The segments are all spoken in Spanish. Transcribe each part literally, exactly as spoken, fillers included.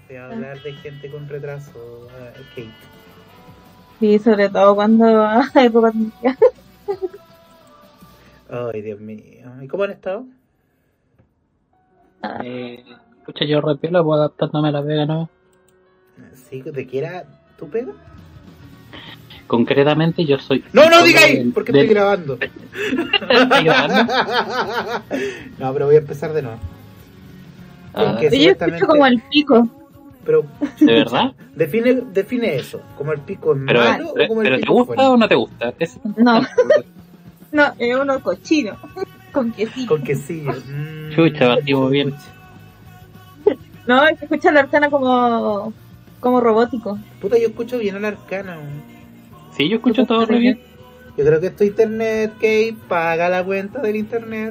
de hablar de gente con retraso, uh, Kate. Sí, sobre todo cuando hay poca energía. Ay, Dios mío. ¿Y cómo han estado? Eh, escucha, yo repelo, voy adaptándome a la pega, ¿no? Sí, ¿de qué era tu pega? Concretamente yo soy... No, no digáis, porque de... estoy grabando. ¿Estás grabando? No, pero voy a empezar de nuevo. Ah, yo supuestamente... escucho como el pico. Pero, ¿de verdad? Define, define eso, como el pico es pero, malo pero, o como el ¿pero pico te gusta bueno? o no te gusta? Es no, no, es uno cochino, con quesillo. Con quesillo. Mm, chucha, batimos bien. No, es que escucha la arcana como, como robótico. Puta, yo escucho bien a la arcana. Sí, yo escucho todo re bien. Yo creo que esto internet, Kate, paga la cuenta del internet.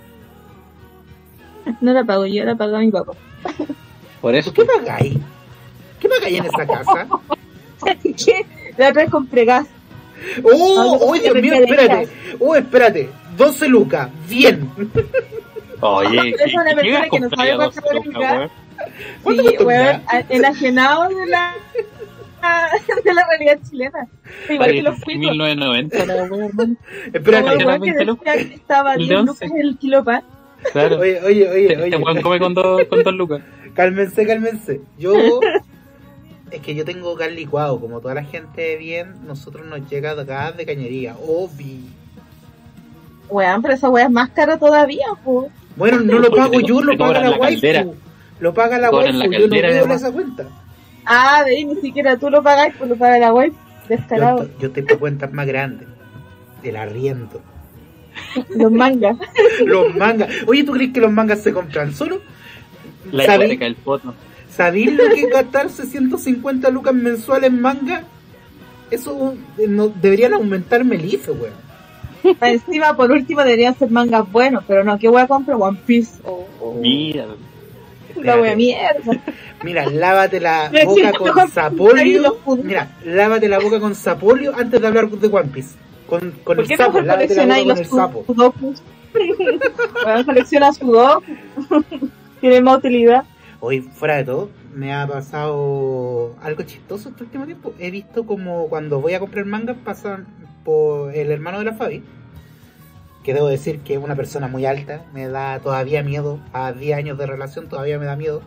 No la pago yo, la paga mi papá. Por eso. ¿Qué pagáis? ¿Qué pagáis en esa casa? ¿Qué? La otra vez compré gas. ¡Oh! ¡Oh, Dios mío! Espérate. ¡Oh, espérate! doce lucas. Bien. Oye, es una persona que no sabe cuánto vale el gas. Sí, weón, enajenado de la de la realidad chilena. Igual que los fuimos. mil novecientos noventa, la weón, hermano. Espérate. Como el que decía que estaba diez lucas el kilo pan. Claro. Oye, oye, oye, oye. Este weón come con dos, con dos lucas. Cálmense, cálmense. Yo... Es que yo tengo gas licuado. Como toda la gente bien, nosotros nos llega gas de cañería. Obvio. Weón, pero esa weá es más cara todavía, po. Bueno, no lo pago yo, lo paga la waifu. Lo paga la waifu, yo no veo esa cuenta. Ah, de ahí ni siquiera tú lo pagas, pues lo paga la waifu. Descarado. Yo, yo tengo cuentas más grandes. El arriendo. Los mangas. Los mangas. Oye, ¿tú crees que los mangas se compran solo? La hipoteca del foto. ¿Sabéis lo que es gastarse ciento cincuenta lucas mensuales en manga? Eso no, deberían aumentarme el I F E, weón. Encima, por último, deberían ser mangas buenos, pero no, ¿qué voy a comprar? One Piece. Oh, oh. Mira. La wea mierda. Mira, lávate la boca con sapolio. Mira, lávate la boca con sapolio antes de hablar de One Piece. Con, con el sapo, lávate la boca con el sapo. Bueno, colecciona sudoku. Tiene más utilidad. Hoy, fuera de todo, me ha pasado algo chistoso este último tiempo. He visto como cuando voy a comprar mangas pasan por el hermano de la Fabi, que debo decir que es una persona muy alta, me da todavía miedo. A diez años de relación todavía me da miedo.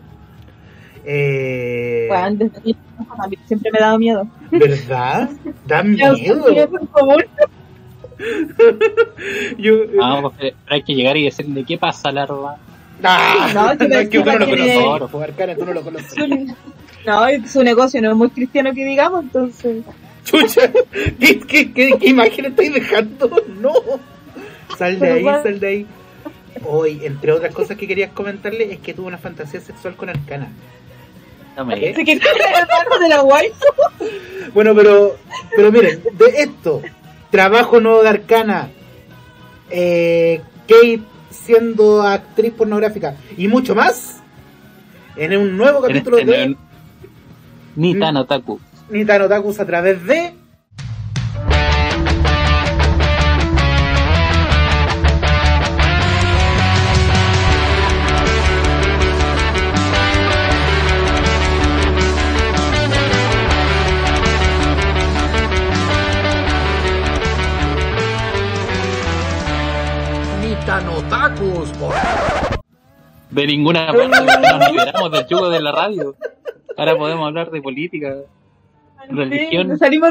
Eh... Bueno, desde aquí siempre me ha dado miedo. ¿Verdad? Da miedo. Yo, ah, porque hay que llegar y decirle ¿qué pasa, larva? Ah, no, no, no, es que uno no lo conoce. Jugar cara, tú no lo conoces. No, su negocio no es muy cristiano que digamos, entonces. Chucha, ¿qué, qué, qué, qué imagen estáis dejando? No. Sal de ahí, sal de ahí. Hoy, entre otras cosas que querías comentarle, es que tuvo una fantasía sexual con Arcana. No me ¿Eh? ¿Se quiere el hermano de la waifu? Bueno, pero, pero miren, de esto, trabajo nuevo de Arcana, eh, Kate siendo actriz pornográfica y mucho más en un nuevo capítulo en, en, de Nitan Otaku. Nitan Otakus a través de Nitan Otakus, por... De ninguna parte, nos liberamos del yugo de la radio. Ahora podemos hablar de política, religión. Sí, salimos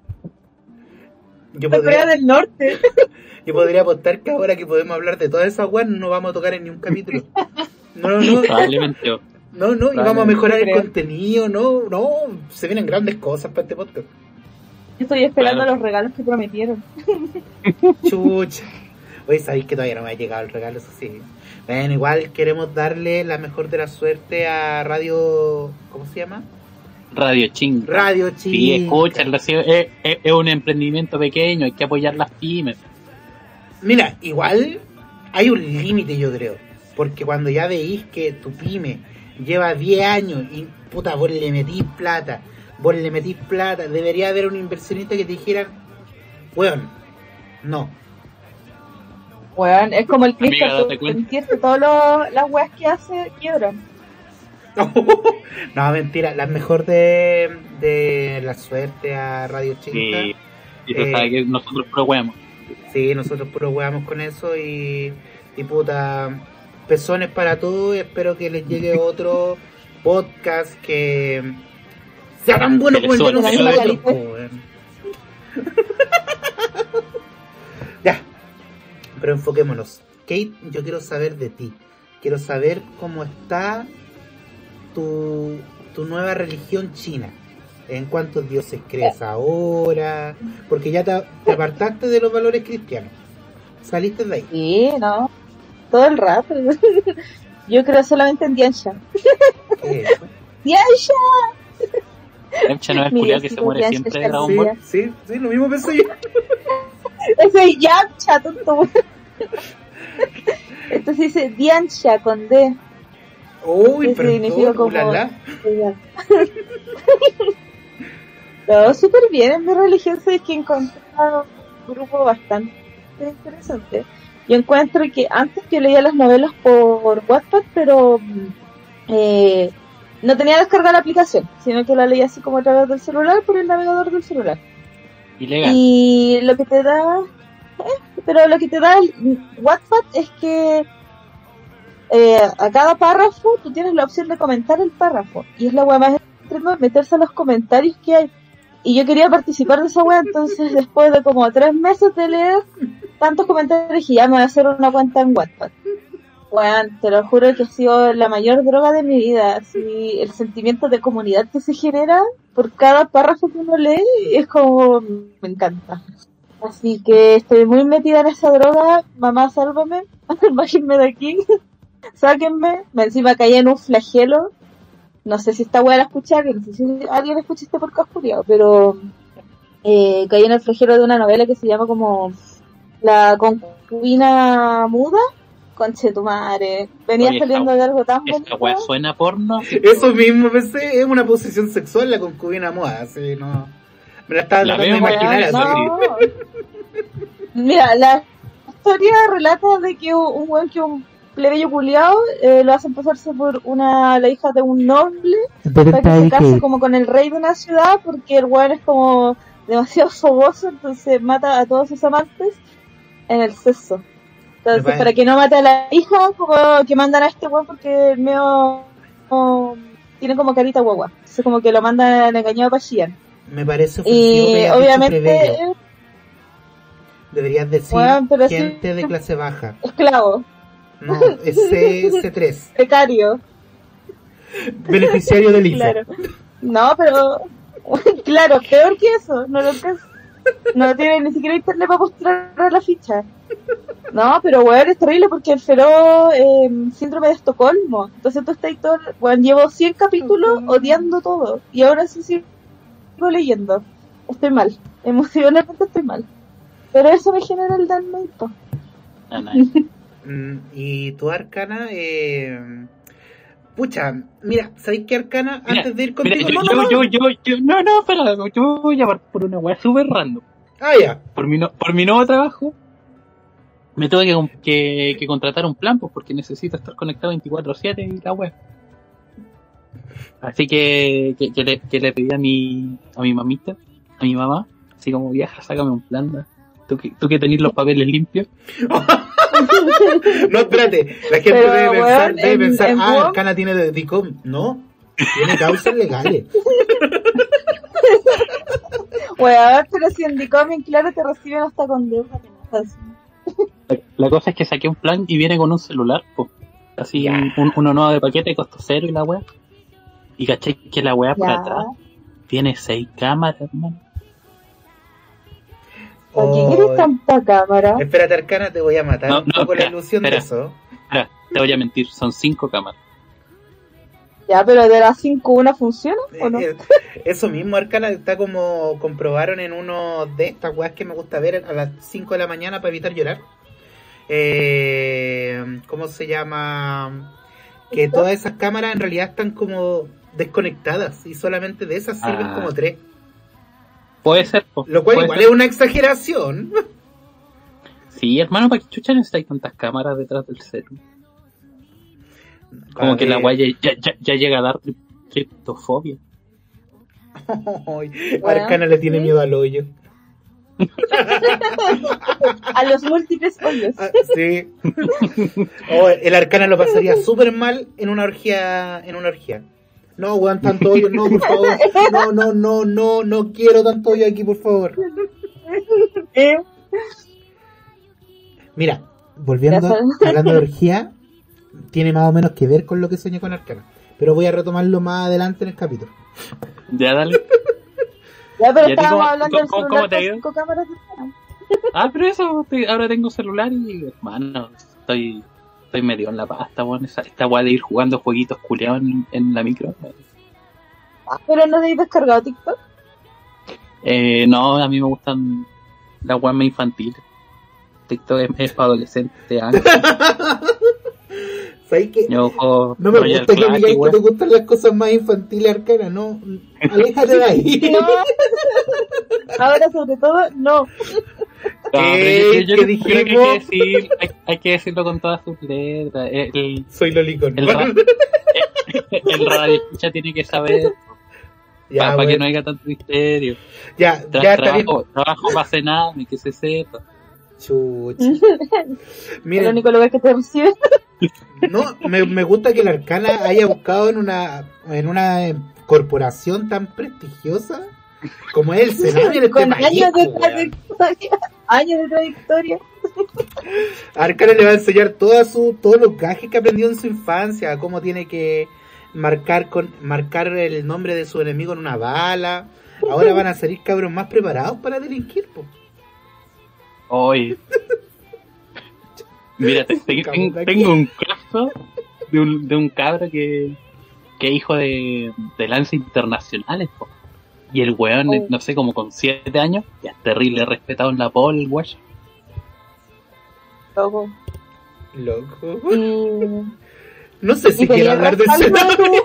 yo de Corea del Norte. Yo podría apostar que ahora que podemos hablar de todas esas weas no vamos a tocar en ni un capítulo. No, no, no. Probablemente. No, no, y vamos a mejorar el contenido, no, no, se vienen grandes cosas para este podcast. Estoy esperando claro. los regalos que prometieron. Chucha. Oye, sabéis que todavía no me ha llegado el regalo, eso sí. Bueno, igual queremos darle la mejor de la suerte a Radio... ¿Cómo se llama? Radio Ching. Radio Ching. Sí, escúchenlo, sí, es, es, es un emprendimiento pequeño, hay que apoyar las pymes. Mira, igual hay un límite, yo creo. Porque cuando ya veis que tu pyme lleva diez años y puta, vos le metís plata, vos le metís plata, debería haber un inversionista que te dijera, weón, no. Weón, es como el Cristo, que todas las weas que hace quiebran. No, mentira, la mejor de, de la suerte a Radio Chinta. Sí, y se eh, sabe que nosotros puro hueamos. Sí, nosotros puro hueamos con eso y, y puta, pezones para todos. Espero que les llegue otro podcast que sea tan bueno como el de nosotros. Ya, pero enfoquémonos. Kate, yo quiero saber de ti. Quiero saber cómo está tu, tu nueva religión china. ¿En cuántos dioses crees ahora? Porque ya te, te apartaste de los valores cristianos. ¿Saliste de ahí? Sí, no. Todo el rato. Yo creo solamente en Diansha. ¿Qué es eso? ¡Diansha! Diansha no es el culiao que se muere siempre de Dragon Ball. Sí, sí, lo mismo pensé yo. Ese es Yamcha, tonto. Entonces dice Diansha con D. Uy, pero significa como... la. No, súper bien. En mi religión sé que he encontrado un grupo bastante interesante. Yo encuentro que antes yo leía las novelas por Wattpad, pero eh, no tenía descargada la aplicación, sino que la leía así como a través del celular por el navegador del celular. Ilegal. Y lo que te da, eh, pero lo que te da el Wattpad es que eh, a cada párrafo tú tienes la opción de comentar el párrafo, y es la wea más extrema meterse a los comentarios que hay. Y yo quería participar de esa wea, entonces después de como tres meses de leer tantos comentarios, y ya me voy a hacer una cuenta en Wattpad. Weón, te lo juro que ha sido la mayor droga de mi vida. Así, el sentimiento de comunidad que se genera por cada párrafo que uno lee es como... me encanta. Así que estoy muy metida en esa droga. Mamá, sálvame, bájenme de aquí, sáquenme. Me encima caí en un flagelo. No sé si esta weá la escuchar, no sé si alguien escucha este podcast culiao, pero eh, caí en el flagelo de una novela que se llama como La concubina muda. Conche tu madre, venía Oye, saliendo esta, de algo tan bonito. ¿Esta weá suena porno? Eso mismo pensé, es una posición sexual la concubina muda, así, no... Me la estaba tratando de imaginar así. No. Mira, la historia relata de que un weón que un plebeyo culiao eh, lo hacen pasarse por una la hija de un noble para que se case como con el rey de una ciudad, porque el weón es como demasiado fogoso, entonces mata a todos sus amantes en el sexo. Entonces, para que no mate a la hija, como que mandan a este weón porque el medio oh, tiene como carita guagua. Entonces, como que lo mandan engañado para Xi'an. Me parece ofensivo. Y obviamente. Deberías decir bueno, gente sí, de clase baja. Esclavo. No, es C, C3. Precario. Beneficiario del I F E. Claro. No, pero. Claro, peor que eso. No lo que No tiene ni siquiera internet para mostrar la ficha. No, pero weón, es terrible porque el feroz eh, síndrome de Estocolmo. Entonces tú estás ahí todo, weón, llevo cien capítulos uh-huh. odiando todo. Y ahora sí sigo leyendo. Estoy mal. Emocionalmente estoy mal. Pero eso me genera el Dynamite. Ah, nice. Y tu Arcana, eh... pucha, mira, ¿sabéis qué Arcana? Mira, antes de ir contigo. Mira, yo, no, no, yo, yo, yo, yo, no, no, espera, yo voy a llamar por una weá super random. Ah, ya. Por mi, no, por mi nuevo trabajo, me tuve que, que, que contratar un plan, pues porque necesito estar conectado veinticuatro siete y la web. Así que, que, que, le, que le pedí a mi, a mi mamita, a mi mamá, así como vieja, sácame un plan, ¿no? Tú que, tú que tenés los papeles limpios. No, espérate, la gente pero, debe pensar, bueno, debe en, pensar en ah, Arcana tiene de DICOM. No, tiene causas legales. Weón, pero si en DICOM, claro, te reciben hasta con deuda. La, la cosa es que saqué un plan y viene con un celular, pues. Así, yeah. un, uno nuevo de paquete, costó cero y la weá. Y caché que la weá yeah. por atrás tiene seis cámaras, hermano. ¿Por qué quieres tanta cámara? Espérate, Arcana, te voy a matar no, un poco no, la ilusión espera, de eso. Espera, te voy a mentir, son cinco cámaras. Ya, pero de las cinco una funciona, ¿o no? Eh, eso mismo, Arcana, está como comprobaron en uno de estas weas que me gusta ver a las cinco de la mañana para evitar llorar. Eh, ¿Cómo se llama? Que todas esas cámaras en realidad están como desconectadas y solamente de esas sirven ah. como tres. Puede ser, po. Lo cual igual ser. Es una exageración. Sí, hermano, ¿para qué chucha necesitáis tantas cámaras detrás del celu? Como Pa' que la ver. weá ya, ya, ya- ya llega a dar tri- triptofobia. Ay, Bueno, Arcana le tiene sí. miedo al hoyo. A los múltiples hoyos. Ah, sí. Oh, el Arcana lo pasaría súper mal en una orgía, en una orgía. No, weón, tanto hoyo, no, por favor. No, no, no, no, no quiero tanto hoyo aquí, por favor. ¿Eh? Mira, volviendo, Ya sabes. hablando de orgía, tiene más o menos que ver con lo que soñé con Arcana. Pero voy a retomarlo más adelante en el capítulo. Ya, dale. Ya, pero ¿Y a ti estábamos cómo- hablando del cómo- celular cómo te ha con ido? cinco cámaras de cámara. Ah, pero eso, te- ahora tengo celular y, hermano, estoy, estoy medio en la pasta, weón. Esa, esta weá de ir jugando jueguitos culeados en, en la micro. Ah, pero no habéis descargado TikTok. Eh, no, a mí me gustan las weas más infantiles. TikTok es, es para adolescentes. ah. ¿Sabes qué? Yo juego No me Royal gusta que Clash, me digáis que weón. te gustan las cosas más infantiles, Arcana, no. Aléjate de ahí. No. Ahora, sobre todo, no. No, pero yo- yo- yo ¿Qué creo que hay que, dijimos? decir, hay, hay que decirlo con todas sus letras. El, Soy Lolicon. el, ra- el radio escucha tiene que saber Ya, para bueno. que no haya tanto misterio. Ya, Tra- ya está bien. trabajo, trabajo para cenar y que se sepa. Chucha. El Miren, único lugar que te recibe. no, me, me gusta que el Arcana haya buscado en una en una eh, corporación tan prestigiosa como es el Senado en este Con país, años de weón. trayectoria. Años de trayectoria. Arcana le va a enseñar toda su, todos los gajes que aprendió en su infancia, cómo tiene que marcar con marcar el nombre de su enemigo en una bala. Ahora van a salir cabros más preparados para delinquir, po. Hoy. Mira, te- te- ten- tengo un caso de un, de un cabro que, que es hijo de, de lanzas internacionales, po. Y el weón, Oh. no sé, como con siete años, ya es terrible respetado en la pol, el guayo. Loco. Loco. Y, No sé si y quiero tenía el hablar del respaldo Senado. de tu-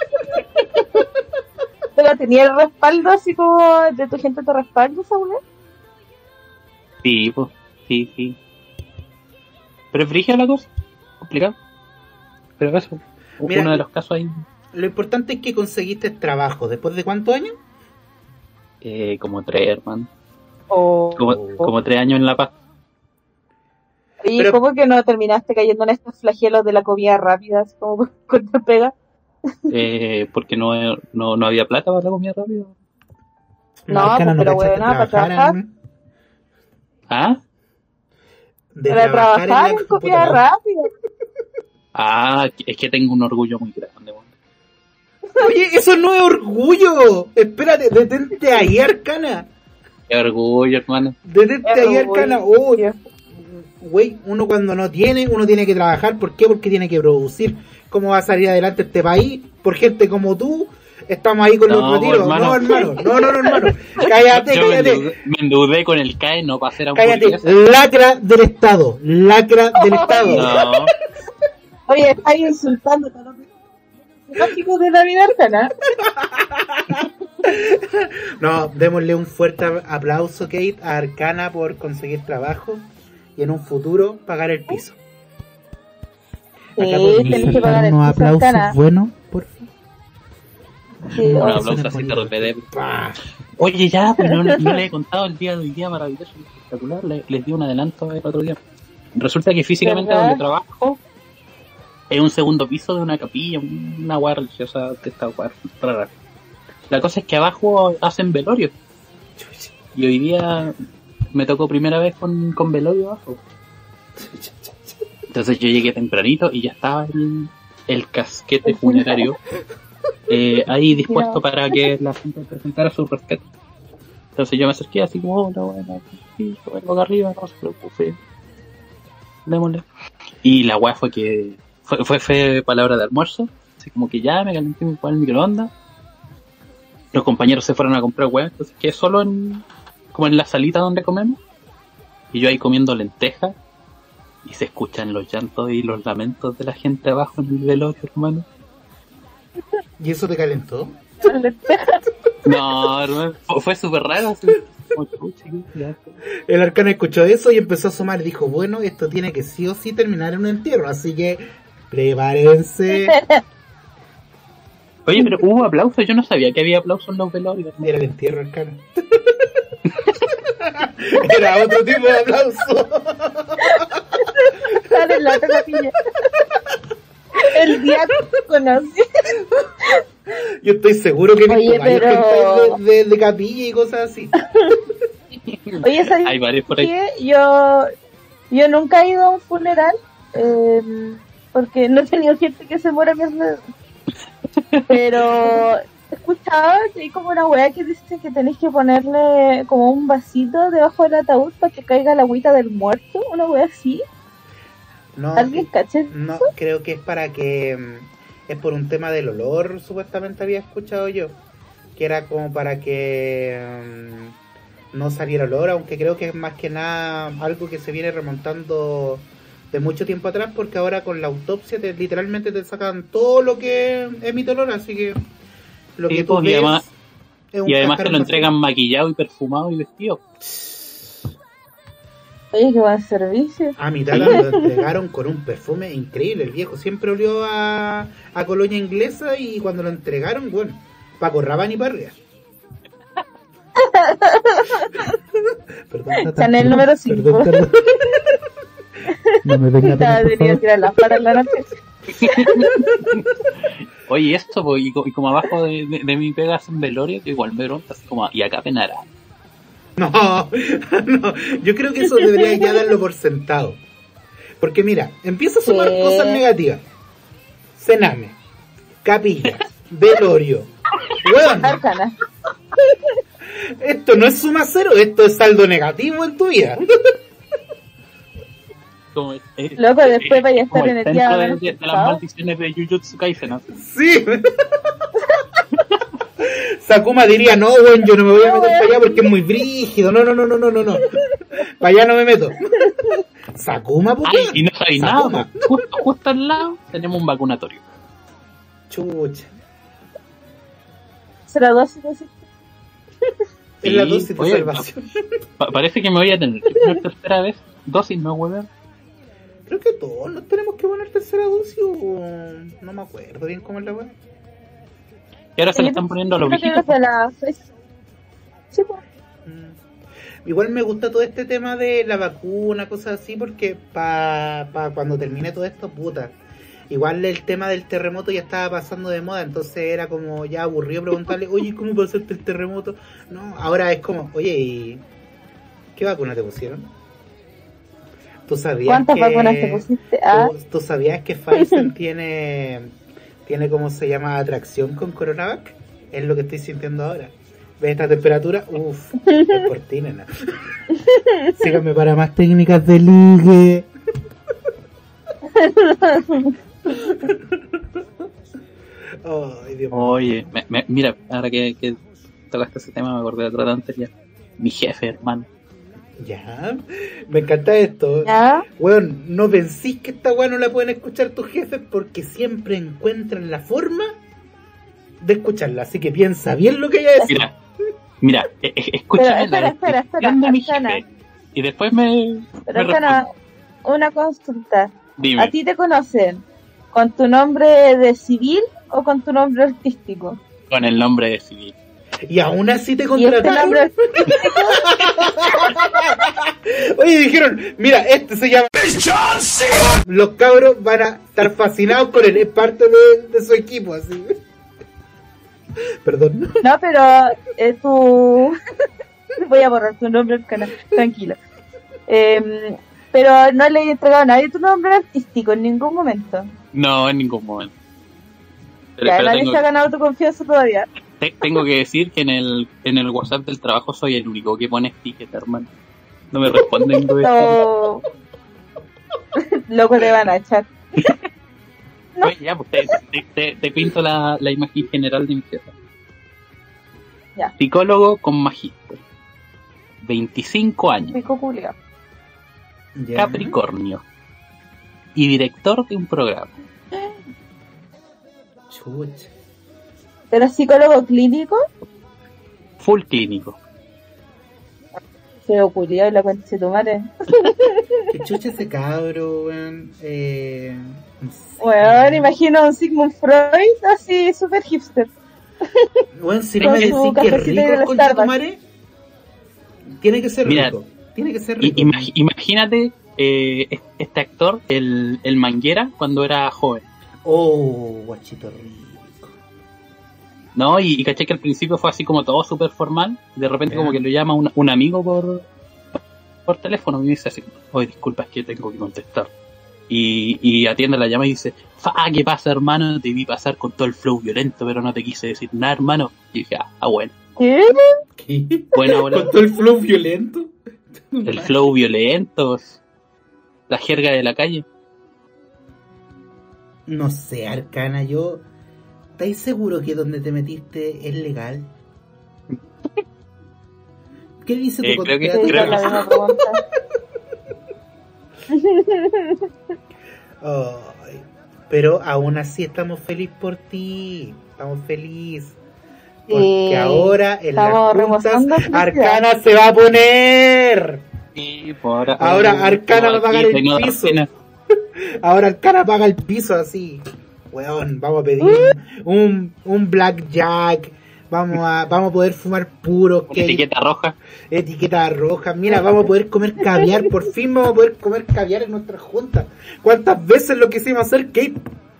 Pero tenía el respaldo así como de tu gente te respalda, esa mujer. Sí, pues, sí, sí. Pero es brígida la cosa, complicado. Pero eso, Mira, uno de los casos ahí, Lo importante es que conseguiste trabajo. ¿Después de cuántos años? eh, como tres, hermano. O, Como, como tres años en La Paz. ¿Y Pero- cómo que no terminaste cayendo en estos flagelos de la comida rápida, así como con te pega? Eh, porque no, no, no había plata para la comida rápida. No, Arcana, pues, pero cachaste weona, para trabajar en- ¿Ah? de Para trabajar la en comida computadora. rápida. Ah, es que tengo un orgullo muy grande, weón. Oye, eso no es orgullo. Espérate, detente ahí, Arcana. Qué orgullo, hermano. Detente ahí, Arcana. Oh, Orgullo. güey, uno cuando no tiene, uno tiene que trabajar. ¿Por qué? Porque tiene que producir. ¿Cómo va a salir adelante este país? Por gente como tú. Estamos ahí con No, los retiros. hermano. No, hermano. No, no, no, hermano. Cállate, Yo me cállate. endeudé, me endeudé con el C A E no para hacer Cállate. hamburguesas. Lacra del Estado. Lacra del Estado. No, Oye, estás insultando a todos los lógicos de la vida arcana. No, démosle un fuerte aplauso, Kate, a Arcana por conseguir trabajo y en un futuro pagar el piso. Sí, Acá podemos tenés que soltar pagar el unos piso aplausos arcana. buenos, por favor. Sí, un oye, aplauso suena así bonito. te repede. Pa. Oye, ya, pero no, no le he contado el día de hoy día maravilloso y espectacular. Le- les di un adelanto el otro día. Resulta que físicamente ¿Verdad? donde trabajo es un segundo piso de una capilla, una hueá religiosa de esta hueá rara. La cosa es que abajo hacen velorio. Y hoy día me tocó primera vez con, con velorio abajo. Entonces yo llegué tempranito y ya estaba el, el casquete funerario eh, ahí dispuesto para que la gente presentara su respeto. Entonces yo me acerqué así como, hola, bueno, sí, yo vengo acá arriba, no se preocupe. Démosle. Y la weá fue que fue, fue, fue palabra de almuerzo, así como que ya me calenté un poco el microondas. Los compañeros se fueron a comprar weá, entonces quedé solo en, como en la salita donde comemos. Y yo ahí comiendo lentejas. Y se escuchan los llantos y los lamentos de la gente abajo en el velorio, hermano. ¿Y eso te calentó? No, hermano, fue, fue súper raro. Así, como, chucha, qué ya. El Arcana escuchó eso y empezó a asomar y dijo, bueno, esto tiene que sí o sí terminar en un entierro, así que Prepárense. Oye, pero hubo aplausos, yo no sabía que había aplausos en los velorios. Era el entierro, el cara. Era otro tipo de aplauso. Sale la capilla. El diácono, sí. Yo estoy seguro que he Oye, visto varios pero- cantantes de, de, de capilla y cosas así. Oye, ¿sabes Hay varios por ahí. qué? Yo, yo nunca he ido a un funeral eh, porque no he tenido gente que se muera a mi alrededor. Pero he escuchado que hay como una weá que dice que tenéis que ponerle como un vasito debajo del ataúd para que caiga la agüita del muerto, una weá así. No, ¿Alguien caché? no, creo que es para que... mm, es por un tema del olor, supuestamente había escuchado yo. Que era como para que mm, no saliera olor, aunque creo que es más que nada algo que se viene remontando de mucho tiempo atrás, porque ahora con la autopsia te, literalmente te sacan todo lo que emite olor, así que lo Sí, que tú pues, y ves además- es un Y además te cascarón lo vacío. entregan maquillado y perfumado y vestido. Oye, qué buen servicio. A mi tata me lo entregaron con un perfume increíble. El viejo siempre olió a, a colonia inglesa y cuando lo entregaron, bueno, Paco Rabanne y para arriba. Perdón, tata, Chanel perdón, número cinco. perdón, perdón. No me venga a Estaba pegar, por debería favor. tirar las patas en la noche. Oye, esto, pues, y, co- y como abajo de, de, de mi pega en velorio, que igual me preguntas como, ¿y acá penará? No, no, yo creo que eso debería ya darlo por sentado. Porque mira, empieza a sumar ¿Qué? cosas negativas. Cename, capilla, velorio. Weón, Arcana. esto no es suma cero, esto es saldo negativo en tu vida. Como, es- es- Loco, después es- vaya a es como estar en el día centro de, menos de- de las pensado. maldiciones de Jujutsu Kaisen, ¿no? Sí. Sakuma diría, no, weón, yo no me voy a No, meter weón. para allá porque es muy brígido. No, no, no, no, no, no, no. Para allá no me meto. Sakuma, ¿por Ay, qué? y no sabéis Sakuma. nada, pues, justo, justo al lado tenemos un vacunatorio. Chucha. ¿Será dosis de Es la Sí, dosis de oye, salvación. Pa- parece que me voy a tener que poner tercera vez. Dosis, no, weón. Creo que todos nos tenemos que poner tercera dosis o... No me acuerdo bien cómo es la weá. Y ahora se le están poniendo a los Creo que viejitos. los de la Pfizer. Sí, pues. Mm. Igual me gusta todo este tema de la vacuna, cosas así, porque para pa cuando termine todo esto, puta. Igual el tema del terremoto ya estaba pasando de moda, entonces era como ya aburrido preguntarle, oye, ¿cómo pasaste el terremoto? No, ahora es como, oye, ¿y qué vacuna te pusieron? ¿Tú sabías ¿Cuántas que, vacunas te pusiste? Ah, ¿tú, tú sabías que Pfizer tiene, tiene, ¿cómo se llama? Atracción con Coronavac? Es lo que estoy sintiendo ahora. ¿Ves esta temperatura? Uf, es por ti, nena. Síganme para más técnicas de ligue. Ay, Dios mío. Oye, me- me- mira, ahora que, que tocaste ese tema me acordé de otra tontería. Mi jefe, hermano. Ya, me encanta esto. ya. Weón, no pensís que esta weá no la pueden escuchar tus jefes porque siempre encuentran la forma de escucharla. Así que piensa bien lo que hay a decir. Mira, mira, e- e- escúchame Espera, la espera, espera, descripción de mi espera, jefe. Y después me, Pero me Arcana, responde. una consulta. Dime. ¿A ti te conocen con tu nombre de civil o con tu nombre artístico? Con el nombre de civil. Y aún así te Y este contrataron. nombre artístico, Oye, dijeron, mira, este se llama Los cabros van a estar fascinados con él, es parte de, de su equipo, así. Perdón. no, pero eh, tu... Voy a borrar tu nombre al canal, tranquilo. Eh, pero no le he entregado a nadie tu nombre artístico en ningún momento. No, en ningún momento. Pero, Ya, pero nadie tengo, se ha ganado tu confianza todavía. te- tengo que decir que en el, en el WhatsApp del trabajo soy el único que pone etiqueta, hermano. No me responden. güey. O... Loco, te van a echar. Oye, ya, pues te, te, te- te pinto la, la imagen general de mi jefe. Ya. Psicólogo con magíster. veinticinco años. Pico culiao. Ya. Capricornio. Y director de un programa. Chucha. ¿Pero psicólogo clínico? Full clínico. Feo culiao y la cuenta de tu madre. Que chucha ese cabro, weón. Eh, Bueno, imagino a un Sigmund Freud así, super hipster. Bueno, si no me decís que es rico, concha tu madre, tiene que ser Mira, rico. Tiene que ser rico. Imag- imagínate eh, este actor, el, el Manguera, cuando era joven. Oh, guachito rico. ¿No? Y, y caché que al principio fue así como todo súper formal. De repente, Yeah. como que lo llama un, un amigo por, por teléfono y me dice así: oye, disculpa, es que tengo que contestar. Y, y atiende la llamada y dice: fa, ¿qué pasa, hermano? Te vi pasar con todo el flow violento, pero no te quise decir nada, hermano. Y dije: ah, ah, bueno. ¿Qué? ¿Qué? Bueno, ahora, ¿Con todo el flow violento? el flow violento, la jerga de la calle. No sé, Arcana, yo... ¿Estáis seguro que donde te metiste es legal? ¿Qué dice tu Eh, creo que- contrato? creo que La misma pregunta. Ay, pero aún así estamos felices por ti. Estamos felices. Porque Sí, ahora en las estamos juntas rebosando felicidad. Arcana se va a poner. Y por ahora, Ahora Arcana va a pagar aquí el tengo piso. pena. Ahora Arcana paga el piso así. Weón, vamos a pedir un, un blackjack. Vamos a, vamos a poder fumar puro Con cake, etiqueta roja. etiqueta roja. Mira, vamos a poder comer caviar. Por fin vamos a poder comer caviar en nuestra junta. ¿Cuántas veces lo quisimos hacer, Kate?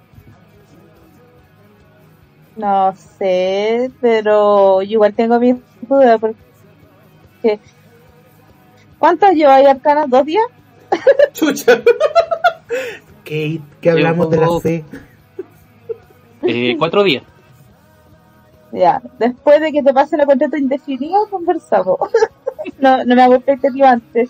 No sé, pero yo igual tengo mis dudas porque ¿cuántas lleva ahí Arcana? ¿Dos días? Chucha. Kate, que hablamos de la C. Eh, cuatro días. Ya, después de que te pase la contrato indefinido, conversamos. no, no me hago expectativa antes.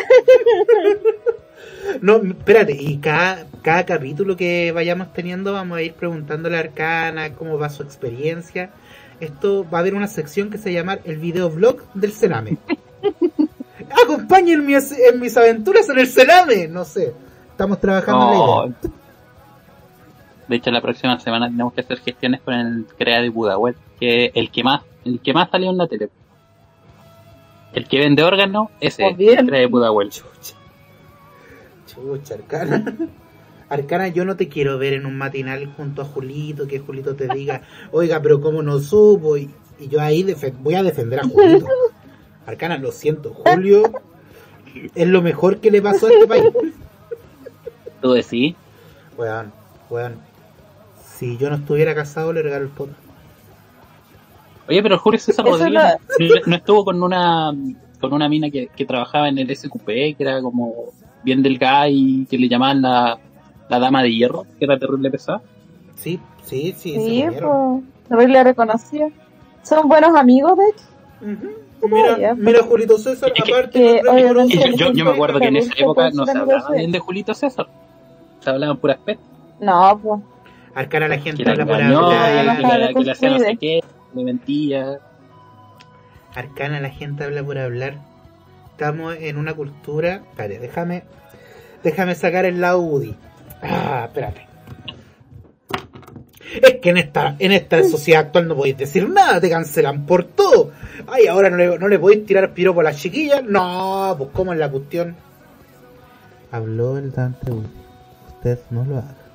No, espérate, y cada, cada capítulo que vayamos teniendo vamos a ir preguntándole a Arcana cómo va su experiencia. Esto va a haber una sección que se llama el videoblog del Sename. Acompáñenme en mis aventuras en el Sename. No sé, estamos trabajando en la Oh. idea. De hecho, la próxima semana tenemos que hacer gestiones con el Crea de Pudahuel, que es el que más, el que más salió en la tele. El que vende órganos, ese Pues es bien. el Crea de Pudahuel. Chucha. Chucha, Arcana. Arcana, yo no te quiero ver en un matinal junto a Julito, que Julito te diga, oiga, pero cómo no supo, y, y yo ahí defe- voy a defender a Julito. Arcana, lo siento, Julio es lo mejor que le pasó a este país. Tú decís, Weón, weón. Si yo no estuviera casado, le regalo el poto. oye, pero Julio César Eso Rodríguez no... no estuvo con una con una mina que, que trabajaba en el S Q P, que era como bien delgada y que le llamaban la, la dama de hierro, que era terrible pesada. Sí, sí, sí, Sí, se comieron. pues, no le reconocía. Son buenos amigos, de hecho. Ujú. Mira, ya. mira, Julito César, Es que- aparte que, no oye, reconoce- Y yo, yo, yo me acuerdo que en esa Gusta época mucho no se con hablaba sus bien de Julito César. Se hablaban puras pestes. No, pues. Arcana, la gente Que la habla por engañó, hablar. que, la- que le hacía no sé qué, le mentía. Arcana, la gente habla por hablar. Estamos en una cultura. Espérate, déjame. Déjame sacar el lado Woody. Ah, espérate. Es que en esta, en esta sociedad actual no podéis decir nada, te cancelan por todo. Ay, ahora no le, no le podéis tirar piropo a las chiquillas. No, pues cómo es la cuestión. Habló el Dante Woody. Usted no lo haga.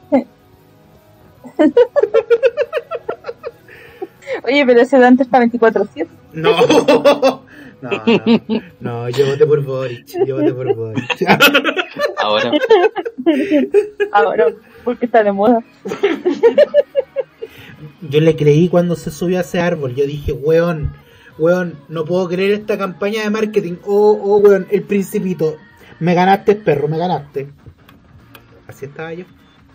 Oye, pero ese Dante está veinticuatro siete. No, no, no, no, yo voté por Boric, yo voté por Boric. Ahora, Ahora, porque está de moda. Yo le creí cuando se subió a ese árbol, yo dije, weón, weón, no puedo creer esta campaña de marketing, oh, oh, weón, el principito, me ganaste, perro, me ganaste. Así estaba yo.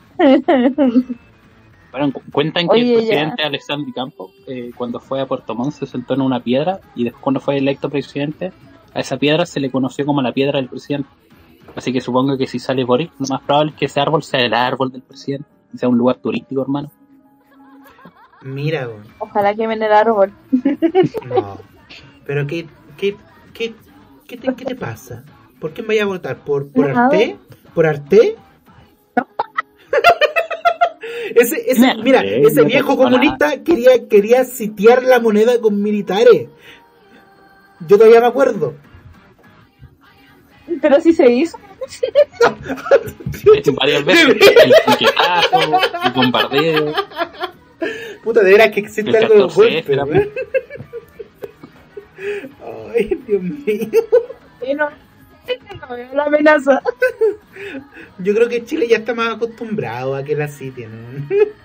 bueno, cu- cuentan que Oye, el presidente Alexandre Campo, eh, cuando fue a Puerto Montt, se sentó en una piedra y después cuando fue electo presidente, a esa piedra se le conoció como la piedra del presidente. Así que supongo que si sale Boric, lo más probable es que ese árbol sea el árbol del presidente, y sea un lugar turístico, hermano. Mira, weón, Ojalá que ven el árbol. no. Pero qué, qué, qué, qué te, qué te pasa? ¿Por qué me vaya a votar? ¿Por, por Nada. Arte? ¿Por Arte? Ese, ese, Mira, mira, eh, ese no viejo pasó nada. comunista quería, quería sitiar la moneda con militares. Yo todavía me acuerdo. Pero si se hizo. Varias veces. El piquetazo, el bombardeo. Puta, de veras que existe El algo de los catorce golpes, F, la weón. Ay, Dios mío. Y no, no veo la amenaza. Yo creo que Chile ya está más acostumbrado a que la sitien.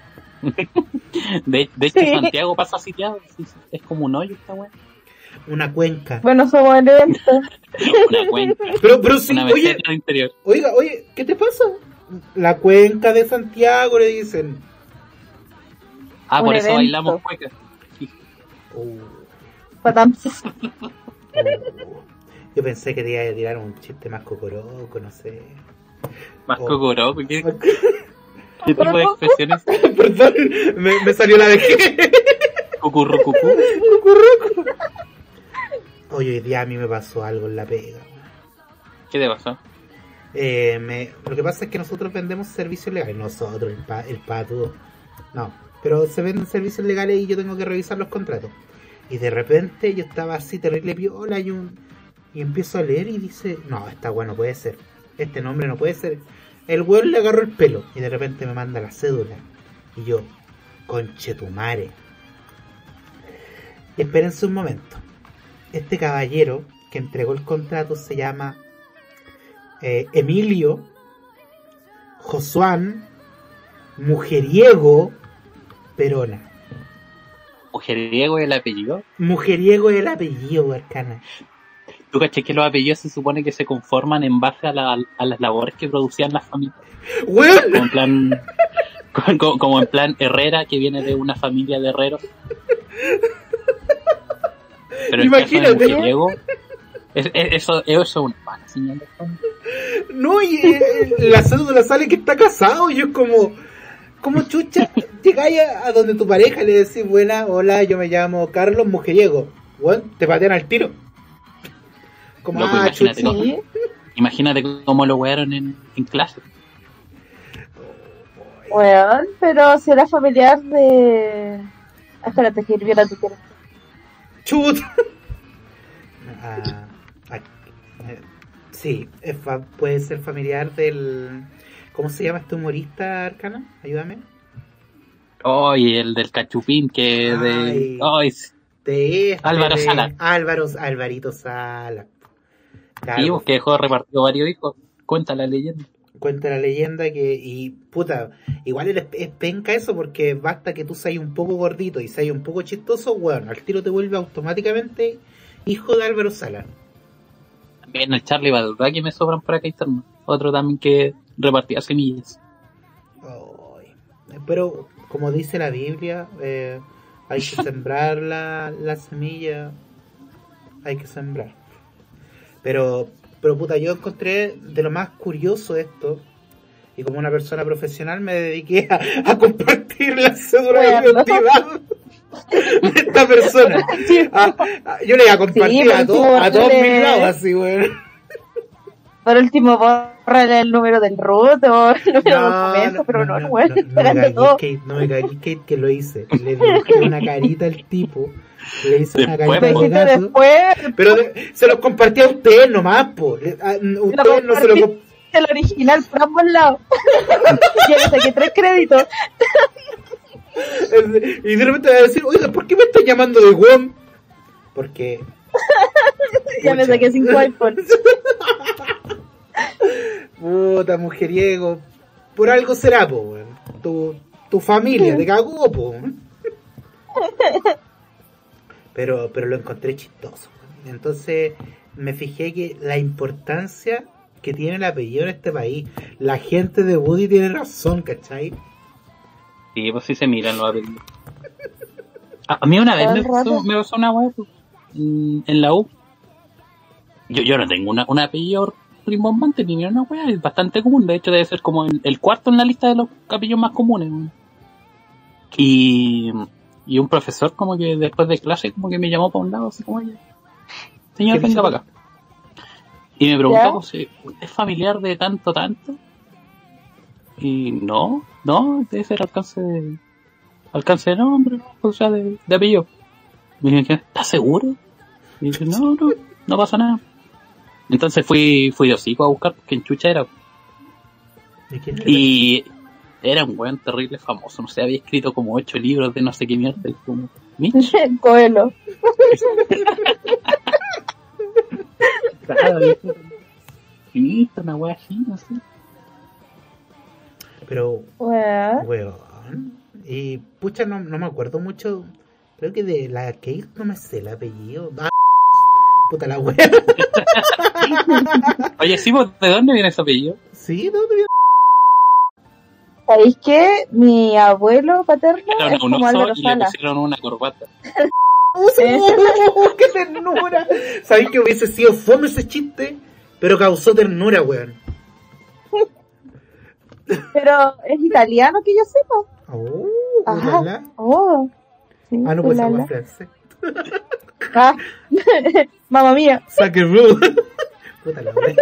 De, de hecho, Sí. Santiago pasa sitiado. Sí, sí, es como un hoyo esta weá. Una cuenca. Bueno, somos en evento. Una cuenca. Pero, pero sí, Una oye, meseta de interior. oiga, oye, ¿qué te pasa? La cuenca de Santiago, le dicen. Ah, Un por eso evento. bailamos cueca. Sí. Oh, Patam. oh. Yo pensé que te iba a tirar un chiste más cocoroco, no sé. Más Oh. cocoroco. ¿Qué, ¿Qué tipo de expresiones? Perdón, me, me salió la vejez. Cucurrucucú. Cocoroco. Oye, hoy día a mí me pasó algo en la pega. ¿Qué te pasó? Eh, me, lo que pasa es que nosotros vendemos servicios legales. Nosotros, el, pa, el pato. No, pero se venden servicios legales y yo tengo que revisar los contratos. Y de repente yo estaba así terrible piola y, un, y empiezo a leer y dice, no, esta weá no puede ser. Este nombre no puede ser. El weón le agarró el pelo y de repente me manda la cédula. Y yo, conchetumare. Y espérense un momento. Este caballero que entregó el contrato se llama eh, Emilio Josuán Mujeriego Perona. Mujeriego es el apellido. Mujeriego es el apellido, Arcana. ¿Tú caché que los apellidos se supone que se conforman en base a, la, a las labores que producían las familias? Como ¡Weón! en plan, como, como en plan Herrera, que viene de una familia de herreros. Pero el caso de Imagínate. Mujeriego, es, es- eso, eso es una mala señal de fondo. No, y eh, la cédula sale que está casado y yo es como... Como chucha, llegáis a, a donde tu pareja y le decís, buena, hola, yo me llamo Carlos Mujeriego. Weón, te patean al tiro. Como, Loco, ah, imagínate, chucha. ¿no? Sí. Imagínate cómo lo wearon en, en clase. Weón, pero si era familiar de. Ah, espérate, que hirviera tu tierra. Chut. Ah, ah, eh, sí, es fa- puede ser familiar del... ¿Cómo se llama este humorista, Arcana? Ayúdame. Oh, y el del cachupín, que Ay. de... Ay, sí, De este, Álvaro de Sala. Álvaro, Alvarito Sala. Claro, pues, que dejó repartido varios hijos. Cuenta la leyenda. cuenta la leyenda que... Y puta, igual es, es penca eso porque basta que tú seas un poco gordito y seas un poco chistoso, bueno, al tiro te vuelve automáticamente hijo de Álvaro Sala. También el Charlie Badurá, que me sobran por acá interno. Otro también que repartía semillas. Ay, pero como dice la Biblia, eh, hay que sembrar la, la semilla, hay que sembrar. Pero, pero puta, yo encontré de lo más curioso esto, y como una persona profesional me dediqué a, a compartir la cédula de Bueno. identidad de esta persona. A- a- yo le iba a compartir Sí, a, pero to- tú a todos le- mis lados, así, bueno. Por último, bórrale el número del root o el número de documento, pero no, no, weón, no, no, esperando me cagué, todo. Kate, no me cagué, Kate, que lo hice. Le dibujé una carita al tipo, le hice una Después, carita Lo de hiciste gato, después, pero de- se los compartí a ustedes nomás, po. Le- a- ustedes no se lo comp- el original por ambos lados. Ya le saqué tres créditos. y de repente va a decir, oiga, ¿por qué me están llamando de W O M? Porque... Ya me Pucha. saqué cinco iPhones. Puta, mujeriego. Por algo será, po, weón. Tu, tu familia te cagó, po. Pero, pero lo encontré chistoso. weón. Entonces me fijé que la importancia que tiene el apellido en este país. La gente de Woody tiene razón, ¿cachai? Sí, pues sí se miran los apellidos. A, a mí una vez Todo me el pasó, rato. me pasó una web en, en la U. Yo, yo no tengo una, un apellido rimbombante ni una wea, es bastante común. De hecho, debe ser como el, el cuarto en la lista de los apellidos más comunes. weón. Y, y un profesor, como que después de clase, como que me llamó para un lado, así como, oye, señor, ¿Qué venga dice? para acá. Y me preguntó, ¿Ya? pues, si ¿es familiar de tanto, tanto? Y no, no, debe ser alcance de, alcance de nombre, o sea, de, de apellido. Y me dije, ¿estás seguro? Y dije, no, no, no pasa nada. Entonces fui fui de hocico a buscar quién chucha era. ¿De quién era? Y era un weón terrible famoso, no sé, había escrito como ocho libros de no sé qué mierda. Y como, Mitch. Coelho. Claro, y listo, una wea así, no sé. Pero, Weá. weón. Y pucha, no, no me acuerdo mucho. Creo que de la Kate no me sé el apellido. Ah, puta la wea. Oye, sí, ¿vos ¿de dónde viene ese apellido? Sí, ¿de dónde viene? ¿Sabéis qué? Mi abuelo paterno Era es un como oso Álvaro y le Sala. pusieron una corbata. ¡Oh, qué ternura! ¿Sabéis que hubiese sido fome ese chiste? Pero causó ternura, weón. Pero es italiano que yo sepa. Oh, Ajá. ulala. Oh. Sí, Ah, no puede ser ulala. más francés. Ah. Mamma mía. Sackeroo. Puta la wea.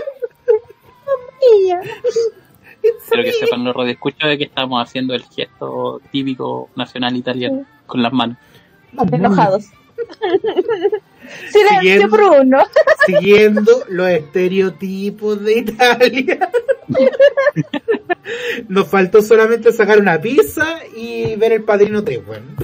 Mía. Pero que sepan los radioescuchos de que estamos haciendo el gesto típico nacional italiano con las manos. Enojados. Silencio, Siguiendo. Bruno. Siguiendo los estereotipos de Italia. Nos faltó solamente sacar una pizza y ver El Padrino tres, weón.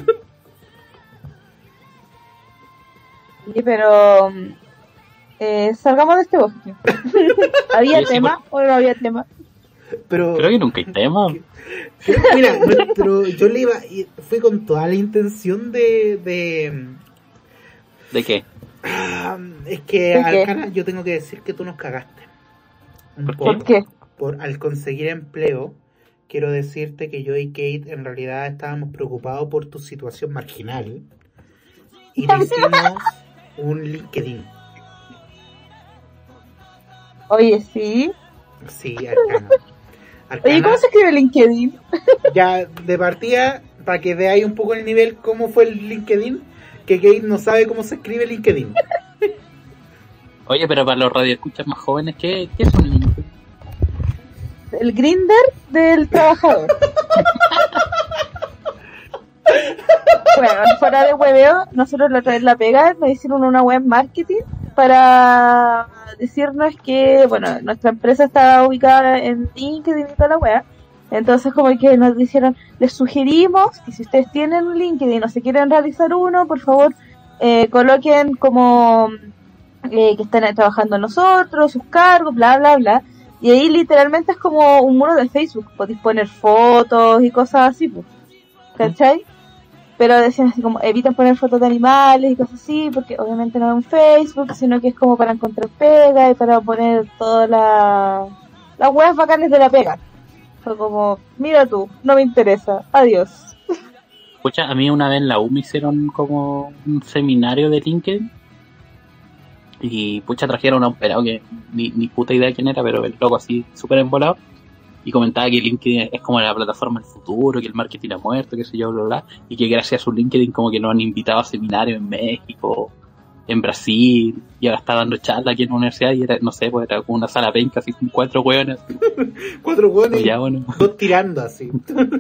Sí, pero eh, salgamos de este bosque. ¿Había Sí, sí, tema o no había tema? Pero Creo que nunca hay tema. Pero, mira, nuestro, yo le iba, y fui con toda la intención de, de ¿De qué? ah, es que ¿De qué? Arcana, yo tengo que decir que tú nos cagaste un ¿Por qué? poco. ¿Por qué? Por al conseguir empleo, quiero decirte que yo y Kate en realidad estábamos preocupados por tu situación marginal y le hicimos un LinkedIn. Oye, sí. Sí, Arcana. Oye, Arcana, ¿cómo se escribe LinkedIn? ya de partida, para que veáis un poco el nivel, cómo fue el LinkedIn, que Kate no sabe cómo se escribe LinkedIn. Oye, pero para los radioescuchas más jóvenes, ¿qué, qué son LinkedIn? El Grindr del trabajador. Bueno, fuera de hueveo, nosotros la otra vez la pega, nos hicieron una web marketing para decirnos que, bueno, nuestra empresa está ubicada en LinkedIn y toda la web. Entonces como que nos dijeron, les sugerimos que si ustedes tienen un LinkedIn o se quieren realizar uno, por favor, eh, coloquen como eh, que están trabajando en nosotros, sus cargos, bla, bla, bla. Y ahí literalmente es como un muro de Facebook, podéis poner fotos y cosas así, pues. ¿Cachai? Pero decían así como, eviten poner fotos de animales y cosas así, porque obviamente no es un Facebook, sino que es como para encontrar pega y para poner todas la, las weas bacanes de la pega. Fue como, mira tú, no me interesa, adiós. Escucha, a mí una vez en la U me hicieron como un seminario de LinkedIn. Y pucha, trajeron a un pelado que ni, ni puta idea de quién era, pero el loco así súper embolado. Y comentaba que LinkedIn es como la plataforma del futuro, que el marketing ha muerto, que sé yo, bla, bla. Y que gracias a su LinkedIn como que nos han invitado a seminarios en México, en Brasil. Y ahora está dando charla aquí en la universidad y era, no sé, pues era como una sala penca así con cuatro hueones. Cuatro hueones Pues y ya, bueno, dos tirando así.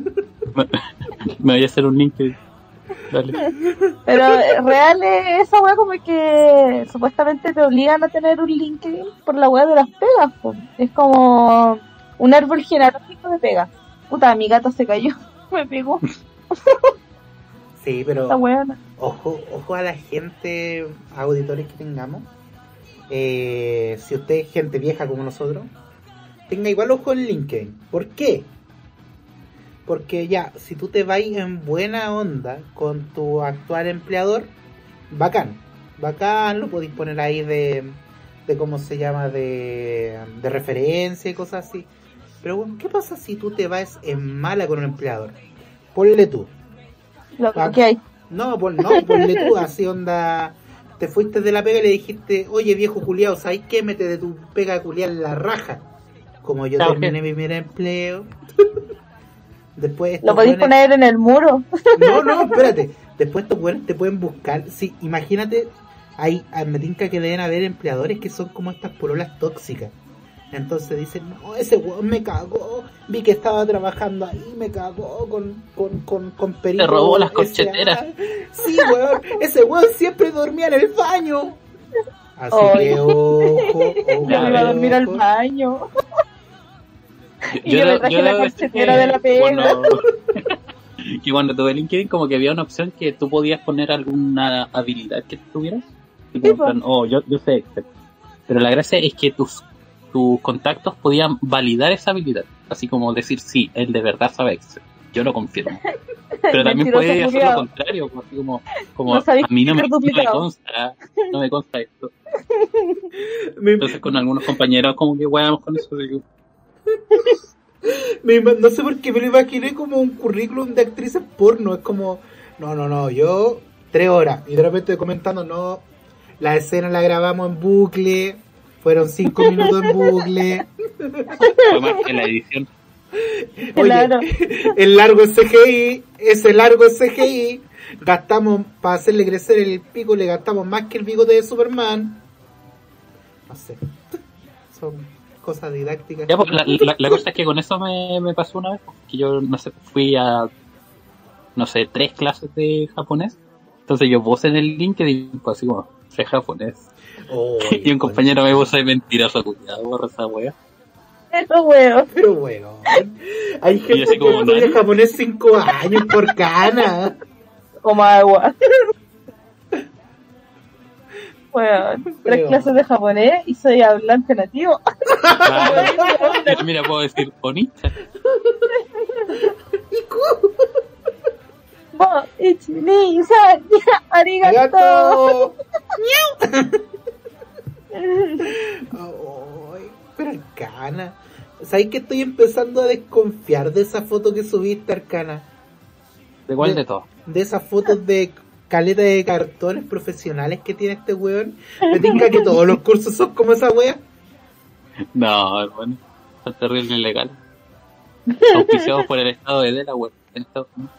me voy a hacer un LinkedIn. Dale. Pero eh, real es esa wea como que supuestamente te obligan a tener un LinkedIn por la wea de las pegas, po. Es como un árbol genealógico de pegas. Puta, mi gato se cayó, me pegó. Sí, pero Esta wea no. ojo, ojo a la gente, auditores que tengamos. Eh, si usted es gente vieja como nosotros, tenga igual ojo en LinkedIn. ¿Por qué? Porque ya, si tú te vas en buena onda con tu actual empleador, bacán, bacán, lo podéis poner ahí de, de cómo se llama, de, de referencia y cosas así. Pero bueno, ¿qué pasa si tú te vas en mala con un empleador? Ponle tú. Lo Ah, que hay. No, pon, no, ponle tú, así onda, te fuiste de la pega y le dijiste, oye viejo culiao, ¿sabes qué? Mete de tu pega culiao en la raja. Como yo Ah, terminé ok. mi primer empleo. Después estos Lo podéis buenos- poner en el muro. No, no, espérate. Después estos buenos te pueden buscar. Sí, imagínate, hay, me tinca que deben haber empleadores que son como estas pololas tóxicas. Entonces dicen, no, ese weón me cagó, vi que estaba trabajando ahí, me cagó con, con, con, con perito. Te robó las S A. corcheteras. Sí, weón, ese weón siempre dormía en el baño. Así Ay. que ojo, ojo, Ya me iba a dormir al ojo. baño. Y yo me traje la debo decir corchetera que de la pega. Cuando, que cuando tuve LinkedIn, como que había una opción que tú podías poner alguna habilidad que tuvieras. Y como Sí, en plan, oh, yo, yo sé Excel. Pero la gracia es que tus, tus contactos podían validar esa habilidad. Así como decir, sí, él de verdad sabe Excel. Yo lo confirmo. Pero también Mentiroso puede hacer lo culiao. contrario, como así como, como No sabéis a mí no me, que es no me duplicado. consta, no me consta esto. Me- Entonces con algunos compañeros como que weamos con eso. Digo, me ima- no sé por qué me lo imaginé como un currículum de actrices porno. Es como, no, no, no, yo tres horas. Y de repente comentando, no, la escena la grabamos en bucle, fueron cinco minutos en bucle. fue más que la edición. Oye, Claro. el largo es C G I, ese largo es C G I. Gastamos, para hacerle crecer el pico, le gastamos más que el bigote de Superman. No sé. Son cosas didácticas. Ya, pues, la, la, la cosa es que con eso me, me pasó una vez, que yo, no sé, fui a, no sé, tres clases de japonés. Entonces yo puse en el LinkedIn, pues así como, sé japonés. Oy, Y un compañero me puso de mentiroso, cuidado, borra esa wea. Eso, weón. Pero bueno, hay Y gente así que como, estudia ¿no? japonés cinco años por cana. Como agua. Weón. Tres Weón. clases de japonés y soy hablante nativo. Claro. Mira, mira, puedo decir Onicha. Mo, ichi, ni, san, arigato. Gato. Ay, pero Arcana, ¿sabes que estoy empezando a desconfiar de esa foto que subiste, Arcana? ¿De cuál De- de todo? De esas fotos de caleta de cartones profesionales que tiene este weón. Me tinca que todos los cursos son como esa wea. No, hermano. Son terrible ilegal. Auspiciados por el estado de Delaware. En Estados Unidos.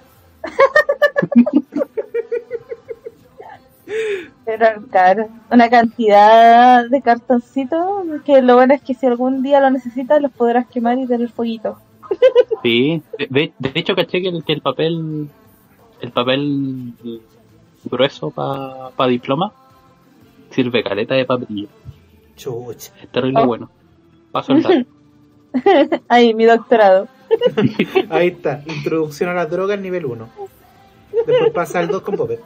Pero claro, una cantidad de cartoncitos que lo bueno es que si algún día lo necesitas los podrás quemar y tener fueguito. Sí. De, de, de hecho, caché que el, que el papel. El papel grueso para pa diploma sirve caleta de papelillo. Chucha. Es terrible Oh. bueno. Paso el dato. Ahí, mi doctorado. Ahí está, introducción a las drogas nivel uno. Después pasa al dos con Popper.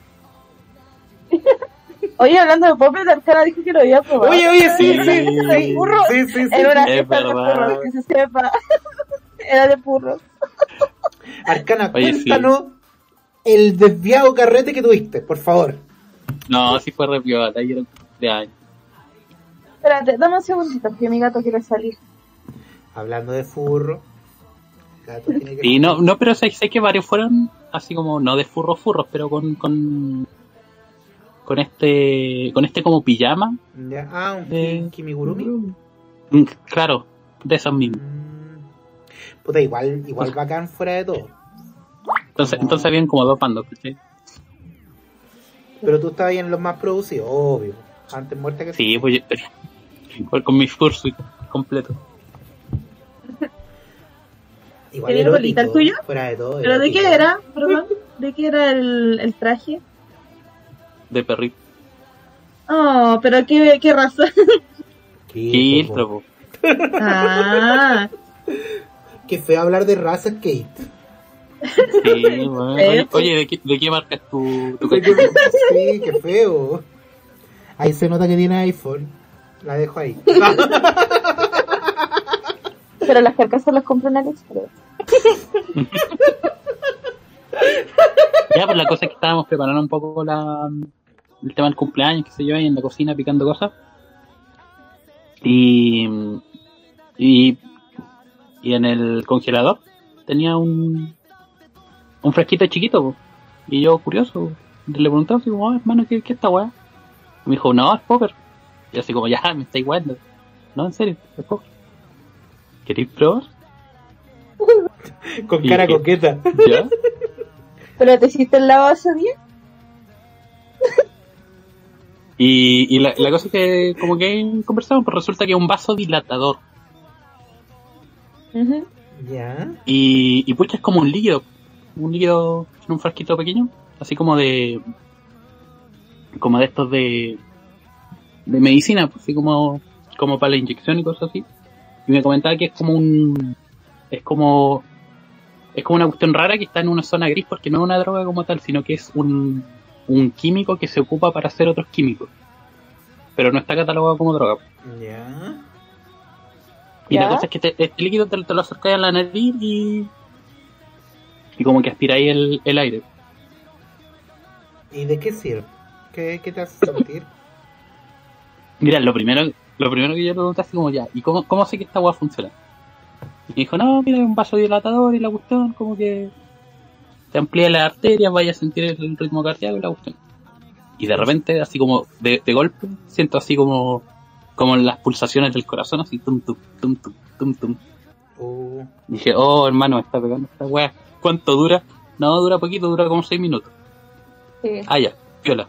Oye, hablando de Popper, Arcana dijo que lo había probado. Oye, oye, sí, Sí. sí, ¿De sí, burro? sí, sí, sí. Era una Es fiesta de verdad. burros, que se sepa. Era de burros. Arcana, Oye, sí. cuéntanos el desviado carrete que tuviste, por favor. No, sí fue re piola. Ayer era un cumpleaños. Espérate, dame un segundito, que mi gato quiere salir. Hablando de furro, el gato tiene que... Y no, no, pero sé, sé que varios fueron así como, no de furros furros, pero con, con, con este, con este como pijama. Ya, ah, un Eh, ki- Kimigurumi. Mm, Claro, de esos mismos. Mm, Puta, igual, igual bacán fuera de todo. Entonces, No. entonces habían como dos bandos, ¿cachai? Pero tú estabas ahí en los más producidos, obvio. Antes muerta que Sí, pues yo, igual con mi fursuit completo. igual ¿Tiene bolita el erótico, tuyo? fuera de todo. ¿Pero de erótico. qué era? Perdón. ¿De qué era el, el traje? De perrito. Oh, pero qué, qué raza. Qué, Filtro, po. po. Ah, Qué feo hablar de razas, Kate. Sí, bueno. Oye, oye, ¿de qué, de qué marca es tu, tu Qué- coche? Sí, qué feo. Ahí se nota que tiene iPhone. La dejo ahí. pero las carcasas las compran en AliExpress. Ya, pues la cosa es que estábamos preparando un poco la, el tema del cumpleaños, qué sé yo, ahí en la cocina picando cosas. Y, y, y en el congelador tenía un, un fresquito chiquito, po. Y yo, curioso, le preguntaba así como, oh, hermano, ¿qué, qué es esta weá? Y me dijo, no, es Popper. Y yo así como, ya, me estáis weando. No, en serio, es Popper. ¿Queréis probar? Con Y cara que- coqueta. ¿Ya? ¿Pero te hiciste el lavado ese día? Y, y la, la cosa es que, como que conversamos, pues resulta que es un vaso dilatador. Ujú. Ya. Y, y pucha, es como un líquido. Un líquido en un frasquito pequeño. Así como de. Como de estos de. de medicina, pues, así como, como para la inyección y cosas así. Y me comentaba que es como un, es como, es como una cuestión rara que está en una zona gris porque no es una droga como tal, sino que es un, un químico que se ocupa para hacer otros químicos. Pero no está catalogado como droga. Ya. Y ¿Ya? la cosa es que te, este líquido te, te lo acercáis a la nariz y, y como que aspiráis el, el aire. ¿Y de qué sirve? ¿Qué, qué te hace sentir? Mira, lo primero, lo primero que yo le pregunté así como ya, ¿y cómo, cómo sé que esta hueá funciona? Y me dijo, no, mira, un vasodilatador y la cuestión, como que te amplía las arterias, vaya a sentir el ritmo cardíaco y la cuestión. Y de repente, así como de, de golpe, siento así como, como las pulsaciones del corazón, así tum tum, tum tum, tum tum. Uh, Dije, oh hermano, me está pegando esta weá. ¿Cuánto dura? No, dura poquito, dura como seis minutos. Sí. Ah, ya, piola.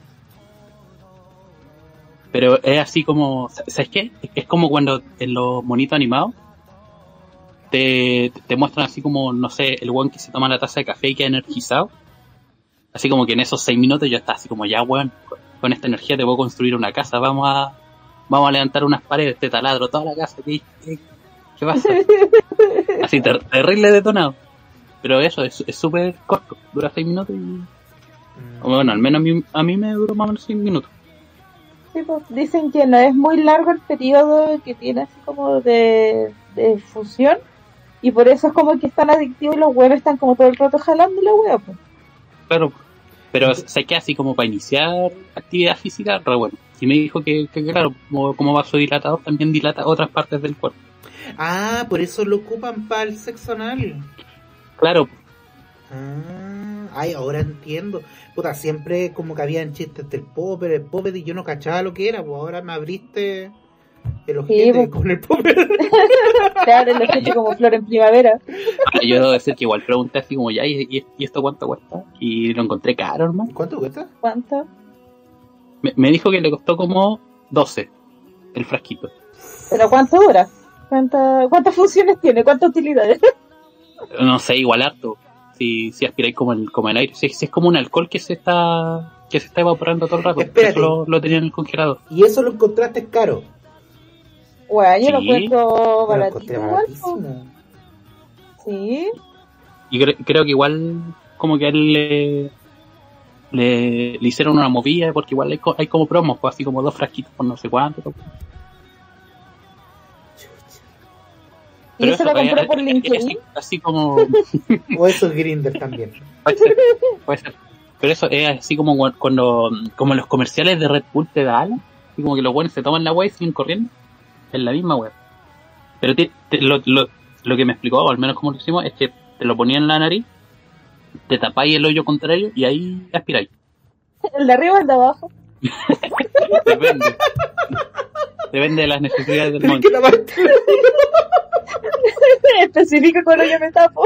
Pero es así como, ¿sabes qué? Es como cuando en los monitos animados te, te muestran así como, no sé, el weón que se toma la taza de café y queda energizado. Así como que en esos seis minutos yo estaba así como, ya weón, con esta energía te puedo construir una casa, vamos a vamos a levantar unas paredes, te taladro toda la casa, ¿qué, qué, qué pasa? Así, ter- terrible detonado. Pero eso, es súper corto, dura seis minutos y... mm, Bueno, al menos a mí, a mí me duró más o menos seis minutos. Sí, pues, dicen que no es muy largo el periodo que tiene así como de, de fusión y por eso es como que es tan adictivo y los huevos están como todo el rato jalando la hueá, pues. Claro, pero sé que así como para iniciar actividad física, re bueno. Y me dijo que, que claro, como, como vasodilatador también dilata otras partes del cuerpo. Ah, por eso lo ocupan para el sexo anal. Claro, Ah, ay, ahora entiendo. Puta, siempre como que habían chistes del popper, el popper y yo no cachaba lo que era, pues ahora me abriste el ojete pues. con el popper. Claro, lo hecho como flor en primavera. ah, yo debo decir que igual pregunté así como ya, ¿y, y, y esto cuánto cuesta? Y lo encontré caro, hermano. ¿Cuánto cuesta? ¿Cuánto? Me, me dijo que le costó como doce el frasquito. ¿Pero cuánto dura? ¿Cuánta, ¿Cuántas funciones tiene? ¿Cuántas utilidades? No sé, igual harto. Si, si aspiráis como el, como el aire. Si, si es como un alcohol que se está que se está evaporando todo el rato. Espérate. Eso lo, lo tenía en el congelador. Y eso lo encontraste caro. Bueno, yo lo Sí. encuentro Lo baratito encontré igual, baratísimo. sí. Y cre- creo que igual como que a él le, le, le hicieron una movida porque igual hay, co- hay como promos, pues así como dos frasquitos por no sé cuánto. ¿Y eso lo es- compró es- por es- LinkedIn? es así como O eso es Grindr también. puede ser, puede ser. Pero eso es así como cu- cuando como los comerciales de Red Bull te da alas, así como que los buenos se toman la web y siguen corriendo. Es la misma web. Pero te- te- lo, lo, lo que me explicó, o al menos como lo hicimos, es que te lo ponían en la nariz, te tapáis el hoyo contrario y ahí aspiráis. ¿El de arriba o el de abajo? Depende. Depende de las necesidades del Tienes momento. que lavarte. Específico cuando yo me tapo.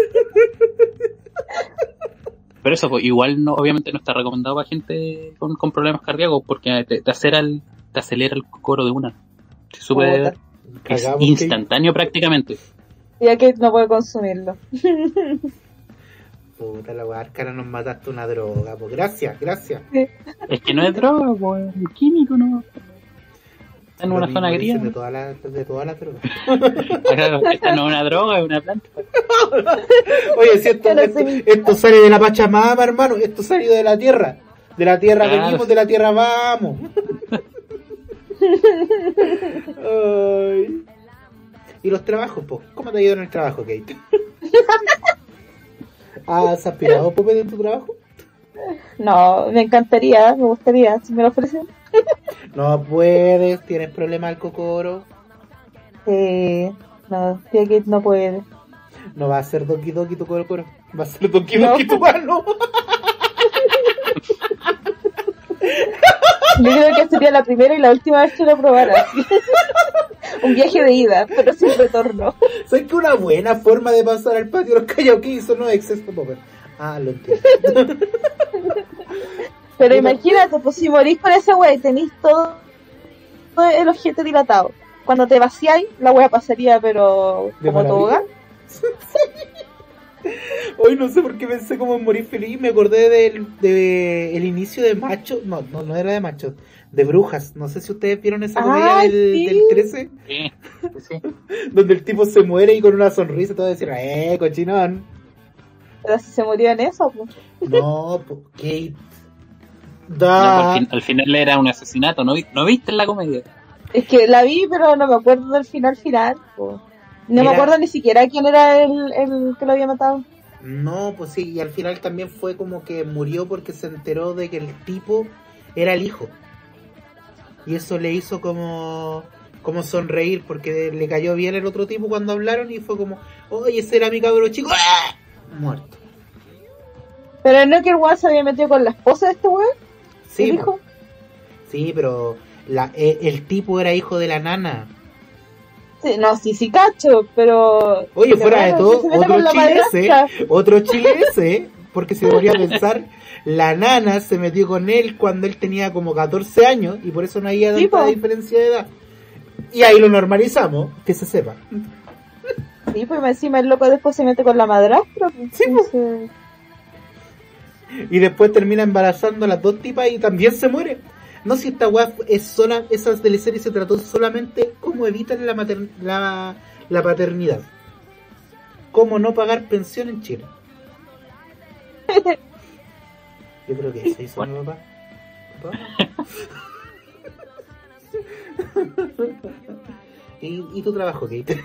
Pero eso, pues, igual no, obviamente no está recomendado para gente con, con problemas cardíacos porque te, te, acelera el, te acelera el coro de una. Es súper, es Cagamos, instantáneo prácticamente. Ya que no puedo consumirlo. Puta la weá, cara, nos mataste una droga. Pues gracias, gracias. Es que no es droga, pues, es químico, ¿no? Está en Lo una mismo zona dicen gris. De todas las de todas las drogas. Esta no es una droga, es una planta. Oye, si esto, Pero esto, sí. esto sale de la Pachamama, hermano. Esto salió de la tierra. De la tierra Claro. venimos, de la tierra vamos. Ay. Y los trabajos, pues. ¿Cómo te ha ido en el trabajo, Kate? ¿Has aspirado, Pope, de tu trabajo? No, me encantaría, me gustaría, si me lo ofrecen. No puedes, tienes problemas al cocoro. Eh, no, tía que no puede. No va a ser Doki Doki tu cocoro. Va a ser Doki No. Doki tu mano. Yo creo que sería la primera y la última vez que lo probara. Un viaje de ida, pero sin retorno. ¿Sabes que una buena forma de pasar al patio de los Kayauki son los excesos, Pope? Ah, lo entiendo. Pero imagínate, pues si morís con ese wey, tenés todo, todo el ojete dilatado. Cuando te vaciáis, la wea pasaría, pero De como maravilla. tobogán. Hoy no sé por qué pensé como en Morir Feliz. Me acordé del de el inicio de Macho. No, no, no era de Macho. De Brujas. No sé si ustedes vieron esa comedia Ay, del, sí. del trece. Sí, sí. Donde el tipo se muere y con una sonrisa todo decir, eh, cochinón. Pero si se murió en eso, pues. No, pues Kate. No, Da. al, fin- al final era un asesinato, ¿no, vi- ¿no viste la comedia? Es que la vi, pero no me acuerdo del final final. Pues. No Mira. me acuerdo ni siquiera quién era el, el que lo había matado. No, pues sí, y al final también fue como que murió porque se enteró de que el tipo era el hijo. Y eso le hizo como como sonreír porque le cayó bien el otro tipo cuando hablaron y fue como, oye, ese era mi cabro chico. ¡Ah! Muerto. Pero no que el weón se había metido con la esposa de este weón. Sí, ¿El po. hijo? Sí, pero la, el, el tipo era hijo de la nana. Sí, no, sí, sí cacho, pero... Oye, pero fuera de bueno, todo, que se meta otro con la chile madrastra. ese, otro chile ese, porque se debería pensar, la nana se metió con él cuando él tenía como catorce años y por eso no había Sí, tanta po. diferencia de edad. Y ahí lo normalizamos, que se sepa. Sí, pues encima el loco después se mete con la madrastra. Pues, Sí, pues. entonces- Y después termina embarazando a las dos tipas y también se muere. No, si esta weá es sola, esas teleseries se trató solamente cómo evitan la, mater, la, la paternidad. Cómo no pagar pensión en Chile. Yo creo que eso hizo mi papá. ¿Papá? ¿Y, ¿Y tu trabajo, Kate?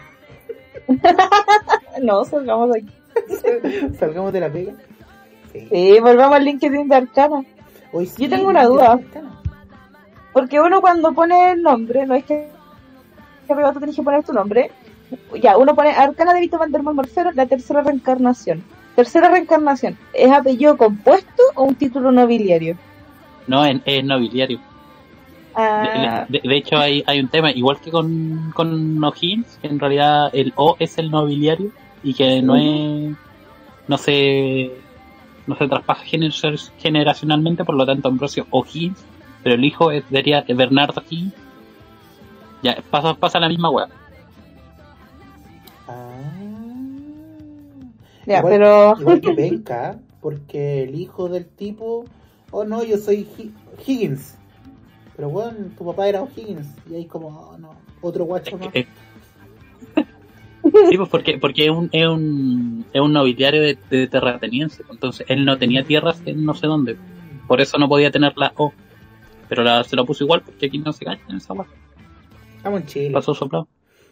No, salgamos de aquí. Salgamos de la pega. Sí. Sí, volvamos al LinkedIn de Arcana. Hoy sí, Yo tengo una duda. Porque uno cuando pone el nombre, no es que que arriba tú tienes que poner tu nombre. Ya, uno pone Arcana de Vito Vandermol Morfero, la tercera reencarnación. Tercera reencarnación, ¿es apellido compuesto o un título nobiliario? No, es, es nobiliario. Ah, De, de- de hecho, hay, hay un tema, igual que con, con O'Higgins, que en realidad el O es el nobiliario y que no es, no se, no se traspasa gener- generacionalmente, por lo tanto Ambrosio O'Higgins, pero el hijo es, sería Bernardo O'Higgins. Ya, pasa, pasa la misma weá. Ah. ya, igual, pero... igual que penca, porque el hijo del tipo, oh no, yo soy Hi- Higgins. Pero bueno, tu papá era O'Higgins. Y ahí como, oh no, otro guacho más. Eh, Sí, pues porque, porque es un, es un, es un nobiliario de, de terrateniense, entonces él no tenía tierras en no sé dónde, por eso no podía tener la O, pero la, se lo puso igual porque aquí no se cae en esa weá, Estamos en Chile. pasó soplado.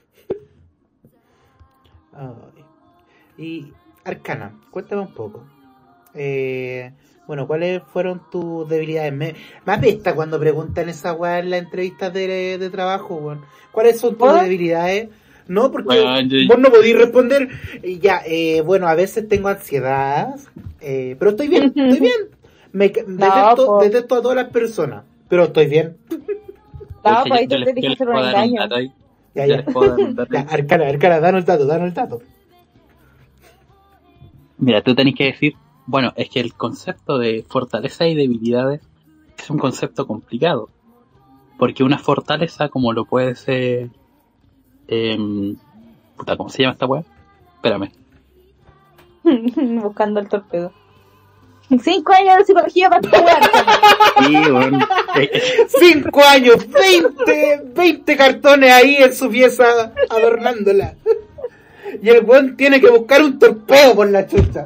Ay. Y Arcana, cuéntame un poco. Eh, bueno, ¿cuáles fueron tus debilidades? Me, me apesta cuando preguntan esa weá en las entrevistas de, de trabajo, weón. ¿Cuáles son tus ¿Hola? debilidades? No, porque Bueno, yo- vos no podís responder. Y ya, eh, bueno, a veces tengo ansiedad, eh, pero estoy bien, estoy bien. Me, ca- No, detesto, po. detesto a todas las personas, pero estoy bien. No, Yo- pues ahí yo te les- tienes yo que les hacer un puedo dar un engaño. dato ahí. Ya, Yo ya. les puedo dar un dato Ya, ahí. Arcana, Arcana, danos el dato, danos el dato. Mira, tú tenés que decir, bueno, es que el concepto de fortaleza y debilidades es un concepto complicado, porque una fortaleza como lo puede ser, em, puta, ¿cómo se llama esta weá? Espérame. Buscando el torpedo. Cinco años de psicología para esta weá. Sí, bueno, eh, eh, Cinco años, veinte, veinte cartones ahí en su pieza adornándola. Y el buen tiene que buscar un torpedo por la chucha.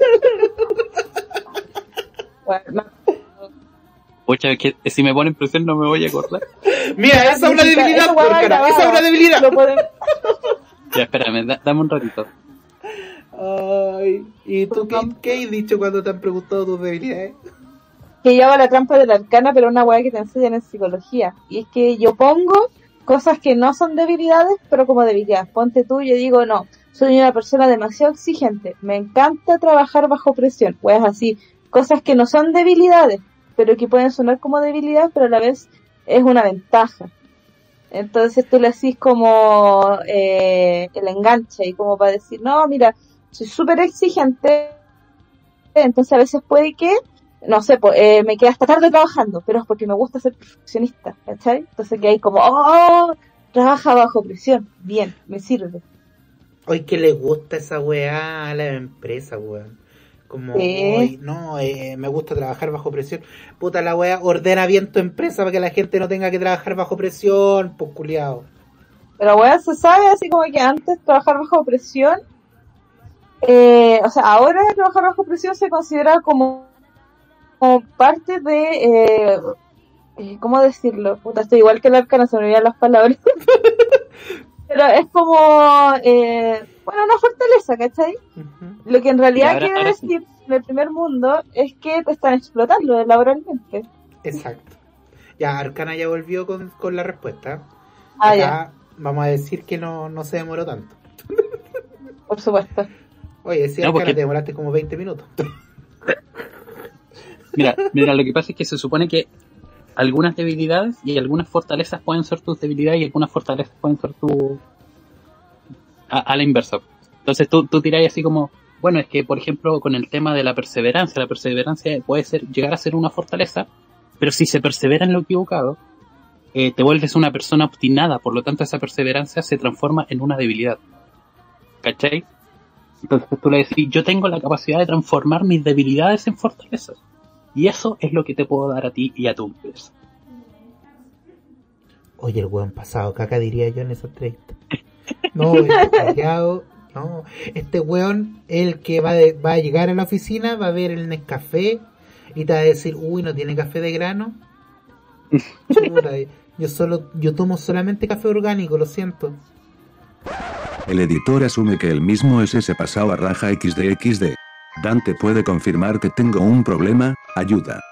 Bueno, pucha, es que si me ponen presión no me voy a acordar. Mira, esa es una Esa debilidad, weá por va cara. grabada. Esa es una debilidad. Lo pueden- Ya, espérame, da- dame un ratito. Ay, ¿y tú qué, qué has dicho cuando te han preguntado tus debilidades? que yo hago la trampa de la arcana, pero una weá que te enseñan en psicología. Y es que yo pongo cosas que no son debilidades, pero como debilidades. Ponte tú, yo digo, no, soy una persona demasiado exigente. Me encanta trabajar bajo presión. Weas así, cosas que no son debilidades, pero que pueden sonar como debilidades, pero a la vez es una ventaja. Entonces tú le haces como eh, el enganche y como para decir, no, mira, soy súper exigente, entonces a veces puede que, no sé, pues, eh, me quede hasta tarde trabajando, pero es porque me gusta ser perfeccionista, ¿cachai? Entonces que hay como, oh, trabaja bajo presión, bien, me sirve. Hoy que le gusta esa weá a la empresa, weón. Como, Sí. hoy, no, eh, me gusta trabajar bajo presión. Puta la weá, ordena bien tu empresa para que la gente no tenga que trabajar bajo presión, pues culiao. Pero weón, se sabe así como que antes trabajar bajo presión, eh, o sea, ahora trabajar bajo presión se considera como, como parte de, eh, eh, ¿cómo decirlo? Puta, estoy igual que el arcana, se me olvidan las palabras. Pero es como, eh, bueno, una fortaleza, ¿cachai? Ujú. Lo que en realidad Y ahora- quiere ahora sí. decir en el primer mundo es que te están explotando laboralmente. Exacto. Ya, Arcana ya volvió con, con la respuesta. Ah, Acá ya, vamos a decir que no, no se demoró tanto. por supuesto. Oye, sí, No, Arcana, porque- te demoraste como veinte minutos. Mira, mira, lo que pasa es que se supone que algunas debilidades y algunas fortalezas pueden ser tus debilidades y algunas fortalezas pueden ser tu... A, a la inversa. Entonces tú, tú tiras así como, bueno, es que por ejemplo con el tema de la perseverancia, la perseverancia puede ser llegar a ser una fortaleza, pero si se persevera en lo equivocado, eh, te vuelves una persona obstinada, por lo tanto esa perseverancia se transforma en una debilidad. ¿Cachai? Entonces tú le decís, yo tengo la capacidad de transformar mis debilidades en fortalezas. Y eso es lo que te puedo dar a ti y a tu empresa. Oye, el weón pasado, caca diría yo en esa entrevista. No, este callado, no. Este weón, el que va, de- va a llegar a la oficina, va a ver el Nescafé y te va a decir, uy, no tiene café de grano. Chuta, yo solo, yo tomo solamente café orgánico, lo siento. El editor asume que el mismo es ese pasado a raja equis de equis de. Dante puede confirmar que tengo un problema, ayuda.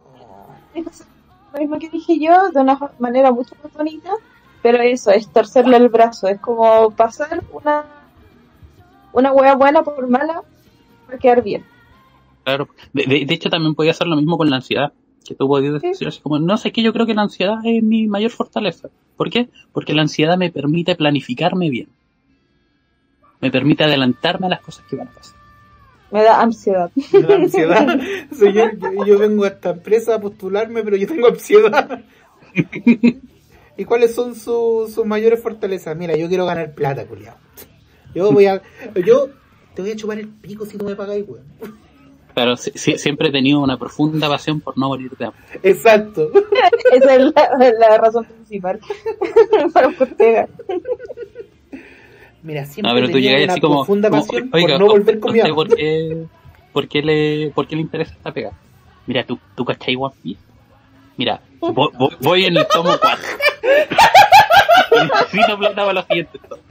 Lo mismo que dije yo, de una manera mucho más bonita, pero eso, es torcerle el brazo, es como pasar una una hueá buena por mala para quedar bien. Claro. De, de, de hecho también podía hacer lo mismo con la ansiedad. Que tú podías decir así como, no sé, es que yo creo que la ansiedad es mi mayor fortaleza. ¿Por qué? Porque la ansiedad me permite planificarme bien. Me permite adelantarme a las cosas que van a pasar. Me da ansiedad. Me da ansiedad. Señor, yo, yo vengo a esta empresa a postularme, pero yo tengo ansiedad. ¿Y cuáles son sus sus mayores fortalezas? Mira, yo quiero ganar plata, culiao. Yo voy a... Yo te voy a chupar el pico si tú me pagáis, weón. Pero sí, sí, siempre he tenido una profunda pasión por no morir de hambre. Exacto. Esa es la, la razón principal para Ortega. Mira, No, siempre pero he tú tenido llegas una así como, profunda como, pasión oiga, por no volver con mi ¿usted hambre. por qué, por qué le, por qué le interesa esta pega? Mira, tú, tú cachai One Piece. Mira, voy, voy- voy en el tomo cuatro. Y necesito plata para los siguientes tomos.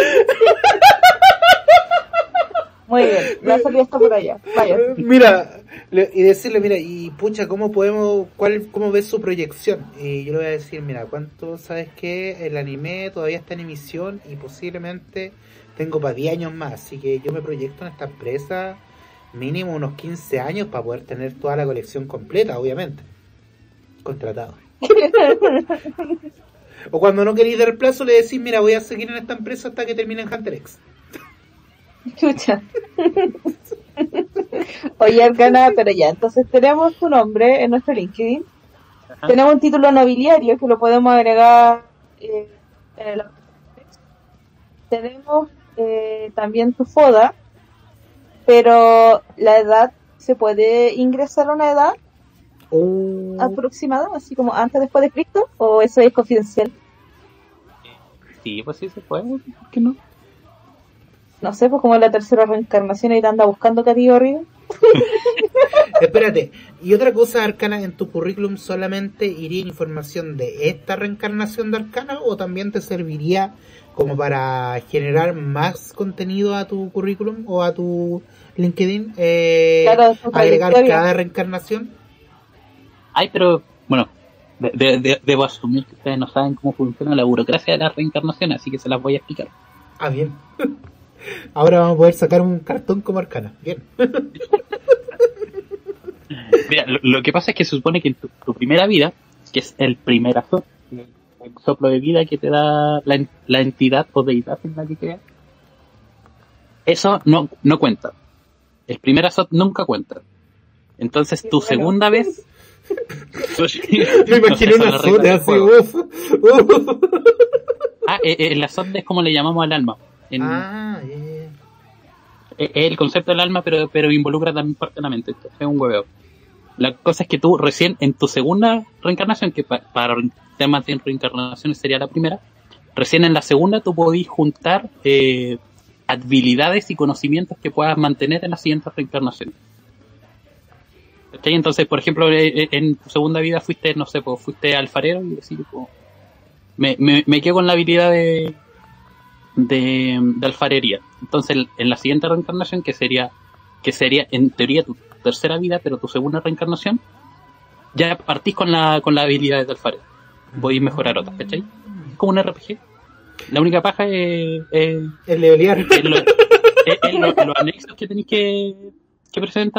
Muy bien, la salida está por allá. Vaya. Mira, le- y decirle, mira, y pucha, ¿cómo podemos, cuál, cómo ves su proyección? Y yo le voy a decir, mira, ¿cuánto sabes que el anime todavía está en emisión y posiblemente tengo para diez años más? Así que yo me proyecto en esta empresa mínimo unos quince años para poder tener toda la colección completa, obviamente. Contratado. O cuando no queréis dar plazo, le decís, mira, voy a seguir en esta empresa hasta que termine en Hunter X. Chucha. Oye, Arcana, pero ya, entonces tenemos tu nombre en nuestro LinkedIn. Ajá. Tenemos un título nobiliario que lo podemos agregar eh, en el... Tenemos eh, también tu FODA, pero la edad, ¿se puede ingresar a una edad Oh. aproximada, así como antes, después de Cristo? ¿O eso es confidencial? Sí, pues sí se puede, ¿por qué no? No sé, pues como es la tercera reencarnación y te anda buscando categoría. Espérate, y otra cosa, Arcana, ¿en tu currículum solamente iría información de esta reencarnación de Arcana o también te serviría como para generar más contenido a tu currículum o a tu LinkedIn? Eh, Claro, tu agregar trayectoria. cada reencarnación. Ay, pero, bueno, de, de- de- debo asumir que ustedes no saben cómo funciona la burocracia de la reencarnación, así que se las voy a explicar. Ah, bien. Ahora vamos a poder sacar un cartón como Arcana. Bien. Mira, lo, lo que pasa es que se supone que en tu, tu primera vida, que es el primer azot, el soplo de vida que te da la, en- la entidad o deidad en la que creas, eso no, no cuenta. El primer azot nunca cuenta. Entonces tu bueno. segunda vez... Me imaginé No sé, una son las reglas soda del así. juego. Uf, uf. Ah, eh, eh, el azot es como le llamamos al alma. En, Ah, ya, ya, Es el concepto del alma, pero pero involucra también parte de la mente. Esto es un hueveo. La cosa es que tú recién en tu segunda reencarnación, que pa- para temas de reencarnaciones sería la primera, recién en la segunda tú podís juntar eh, habilidades y conocimientos que puedas mantener en las siguientes reencarnaciones. ¿Cachai? Entonces, por ejemplo, eh, en tu segunda vida fuiste, no sé, pues fuiste alfarero y decir, pues, me, me, me quedo con la habilidad de, de, de alfarería. Entonces, en la siguiente reencarnación, que sería, que sería en teoría tu tercera vida, pero tu segunda reencarnación, ya partís con la, con la habilidad de alfarero. Podéis mejorar otras, ¿cachai? Es como un R P G. La única paja es, es, El Leoliar. es lo- es- es lo- los anexos que tenéis que, que presentar.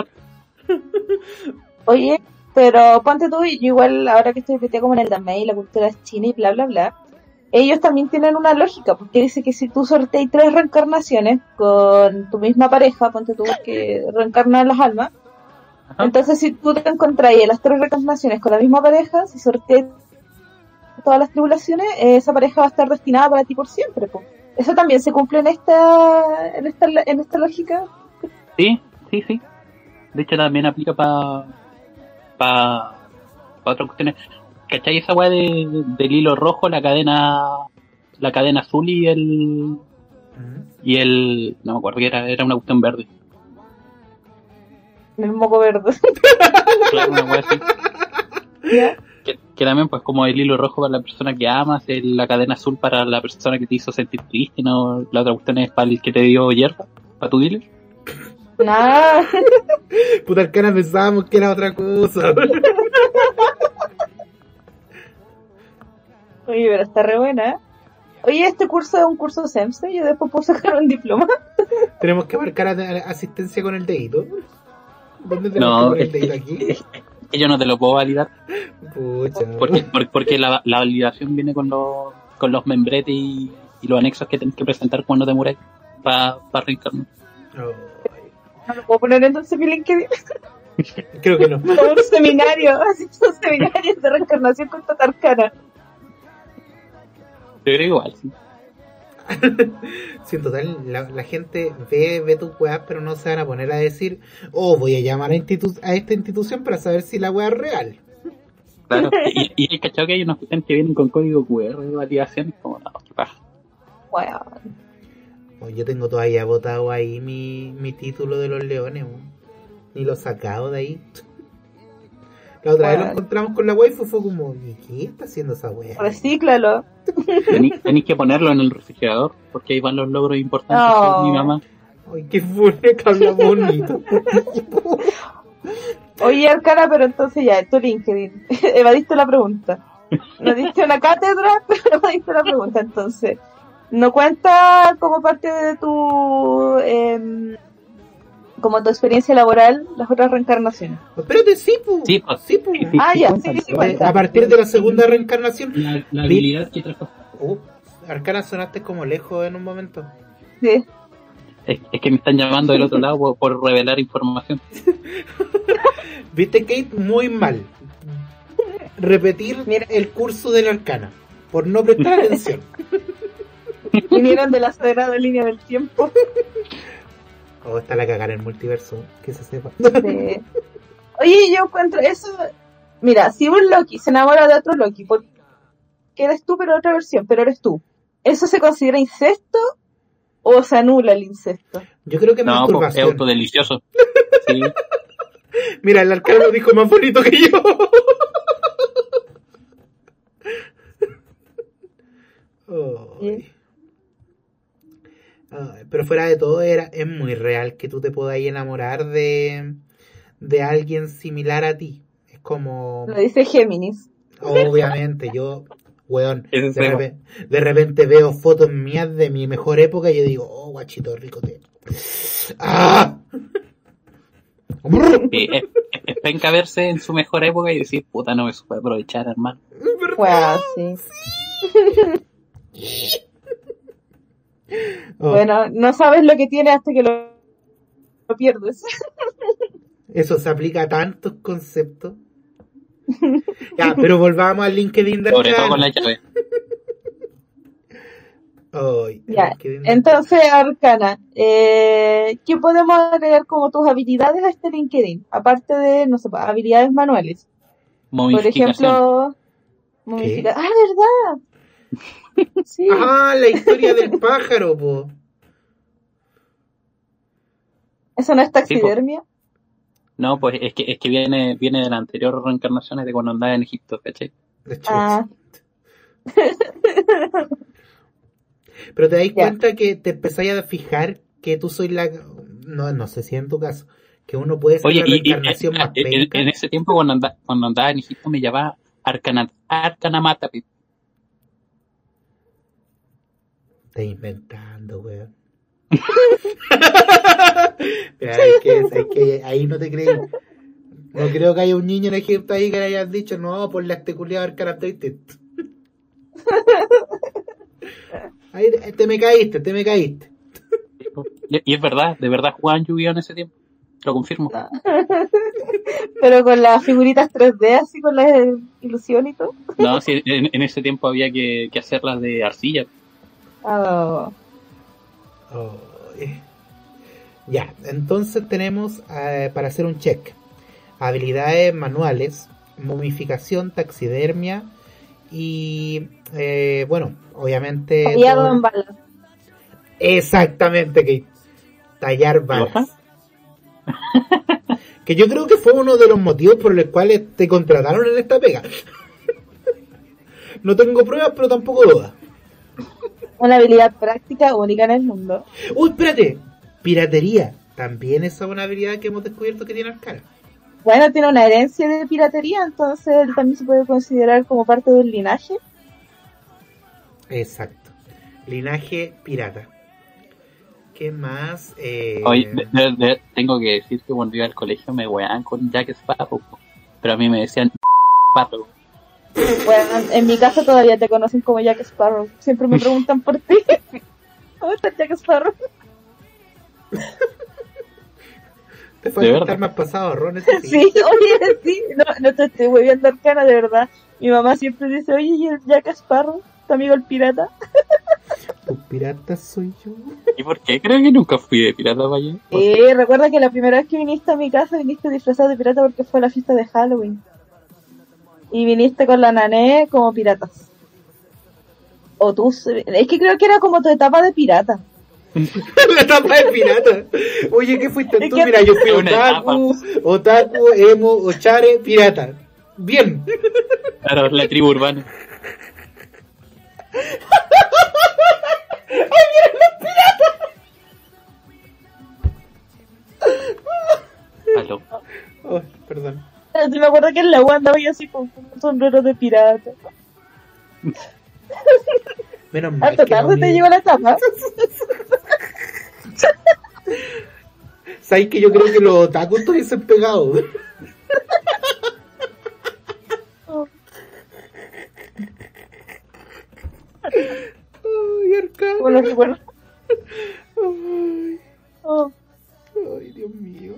Oye, pero ponte tú, yo igual ahora que estoy metida como en el Dame y la cultura china y bla bla bla, ellos también tienen una lógica, porque dice que si tú sorteas tres reencarnaciones con tu misma pareja, ponte tú que reencarnan las almas, Ajá. entonces si tú te encontrás en las tres reencarnaciones con la misma pareja, si sorteas todas las tribulaciones, eh, esa pareja va a estar destinada para ti por siempre, po. Eso también se cumple en esta, en esta, en esta lógica. Sí, sí, sí. De hecho, también aplica para pa, pa otras cuestiones. ¿Cachai esa weá de, del hilo rojo, la cadena la cadena azul y el y el no me acuerdo que era, era una cuestión verde? El moco verde. Claro, una weá así. ¿Ya? Que, que también, pues, como el hilo rojo para la persona que amas, el- la cadena azul para la persona que te hizo sentir triste, ¿no? La otra cuestión es para el que te dio hierba, para tu dealer. Nada. Puta Arcana, pensábamos que era otra cosa. Oye, pero está re buena, ¿eh? Oye, este curso es un curso SEMSE, yo después puedo sacar un diploma. Tenemos que marcar a- a- asistencia con el dedito. ¿Dónde tenemos No, que poner el es, dedito es- aquí? es que yo no te lo puedo validar. Pucha. Porque, por- porque la, la validación viene con los, con los membretes y, y los anexos que tenés que presentar cuando te muráis para pa reencarnar. Oh, No lo puedo poner entonces en mi LinkedIn. creo que no. Como un seminario, así un seminario de reencarnación con Tatarcana. Yo creo igual, sí. Sí, en total, la, la gente ve, ve tus weas, pero no se van a poner a decir, oh, voy a llamar a, institu- a esta institución para saber si la wea es real. Claro. Y, y hay cachado que hay unos cuestiones que vienen con código cu erre de validación, como no, qué paja. Bueno, Oh, yo tengo todavía botado ahí mi, mi título de los leones, weón. Ni lo he sacado de ahí. La otra vez lo Bueno. encontramos con la waifu, fue como, ¿y qué está haciendo esa wea? recíclalo. Tenéis, tenéis que ponerlo en el refrigerador, porque ahí van los logros importantes Oh. de mi mamá. Ay, qué bueno que habla bonito. Oye, Arcana, pero entonces ya, tu LinkedIn. Evadiste la pregunta. Nos diste una cátedra, pero evadiste la pregunta, entonces. ¿No cuenta como parte de tu... em, como tu experiencia laboral las otras reencarnaciones? Espérate, sí, pu. Sí, pues, Sí, pu. sí, sí, Ah, sí ya, cuenta, sí, sí, pero- cuenta. A partir de la segunda reencarnación. La, la Vi- habilidad que trajo. Uh, Arcana, sonaste como lejos en un momento. Sí. Es, es que me están llamando del otro lado por, por revelar información. Viste, Kate, muy mal. Repetir Mira. el curso de la Arcana. Por no prestar atención. Vinieron de la sagrada línea del tiempo. Oh, está la cagada en el multiverso. Que se sepa. Sí. Oye, yo encuentro eso. Mira, si un Loki se enamora de otro Loki, porque eres tú, pero otra versión, pero eres tú, ¿eso se considera incesto o se anula el incesto? Yo creo que No, pues, es masturbación. autodelicioso. Sí. Mira, el Arcana lo dijo más bonito que yo. Ay. Ay, pero fuera de todo, era, es muy real que tú te podáis enamorar de, de alguien similar a ti. Es como, Lo dice Géminis. obviamente, yo, weón, Ese de, es el tema. repe- de repente veo fotos mías de mi mejor época y yo digo, oh, guachito rico te. ¡Ah! Sí, es, es- es penca verse en su mejor época y decir, puta, no me supe aprovechar, hermano. Bueno, sí. Oh, Bueno, no sabes lo que tiene hasta que lo, lo pierdes. Eso se aplica a tantos conceptos. Ya, pero volvamos al LinkedIn de Sobre todo Arcana. con la llave. Ay, Ya, qué- entonces, Arcana, eh, ¿qué podemos agregar como tus habilidades a este LinkedIn? Aparte de, no sé, habilidades manuales. Por Momificación. ejemplo, momificar. Ah, ¿verdad? Sí. Ah, la historia del pájaro, po. ¿Eso no es taxidermia? No, pues es que es que viene viene de las anteriores reencarnaciones de cuando andaba en Egipto, ¿cachai? La chucha. Ah, Pero te das ya. cuenta que te empezáis a fijar que tú sois la... No, no sé si en tu caso. Que uno puede ser Oye, la y, y- reencarnación en, más en- penca. en ese tiempo cuando, anda, cuando andaba en Egipto me llamaba Arcana, Arcanamata. pi. Estás inventando, weón. Pero hay que, hay que, ahí no te creí. No creo que haya un niño en Egipto ahí que le hayas dicho, no, por la este culiado Arcana Twisted. Ahí te, te me caíste, te me caíste. Y, y es verdad, de verdad jugaban Yu-Gi-Oh en ese tiempo. Lo confirmo. No. Pero con las figuritas tres D, así con la ilusión y todo. No, sí, en, en ese tiempo había que, que hacerlas de arcilla. Ah, Oh, eh. Ya, entonces tenemos eh, para hacer un check. Habilidades manuales, momificación, taxidermia y eh, bueno, obviamente tallado todo- en balas. exactamente, que tallar balas. ¿Roja? Que yo creo que fue uno de los motivos por los cuales te contrataron en esta pega. No tengo pruebas, pero tampoco dudas. Una habilidad práctica única en el mundo. Uy, espérate, piratería. También esa es una habilidad que hemos descubierto que tiene Arcana. Bueno, tiene una herencia de piratería, entonces él también se puede considerar como parte del linaje. Exacto. Linaje pirata. ¿Qué más? Eh... Oye, de- de- de- tengo que decir que cuando iba al colegio me weaban con Jack Sparrow. po. Pero a mí me decían Sparrow. Bueno, en mi casa todavía te conocen como Jack Sparrow. Siempre me preguntan por ti. ¿Cómo está Jack Sparrow? Te ¿De fue a verdad? estar más pasado, Ron, eso sí. Sí, oye, sí. No, no te estoy moviendo Arcana, de verdad. Mi mamá siempre dice, oye, ¿y el Jack Sparrow? ¿Tu amigo el pirata? Tu pirata soy yo. ¿Y por qué? Creo que nunca fui de pirata para allá. Eh, recuerda que la primera vez que viniste a mi casa viniste disfrazado de pirata porque fue la fiesta de Halloween. Y viniste con la nané como piratas. O tú, es que creo que era como tu etapa de pirata. La etapa de pirata. Oye, ¿qué fuiste Es tú? que- Mira, yo fui Una otaku, otaku, emo, ochare, pirata. Bien. Claro, la tribu urbana. Aló. Oh, perdón. Sí, me acuerdo que en la U andaba yo así con un sombrero de pirata. Menos mal Hasta que no tarde te me- llegó la etapa. ¿Sabes que yo creo que los otakus estuviesen pegados? Ay, Arcana. Bueno, recuerdo. Ay, Oh. ay, Dios mío.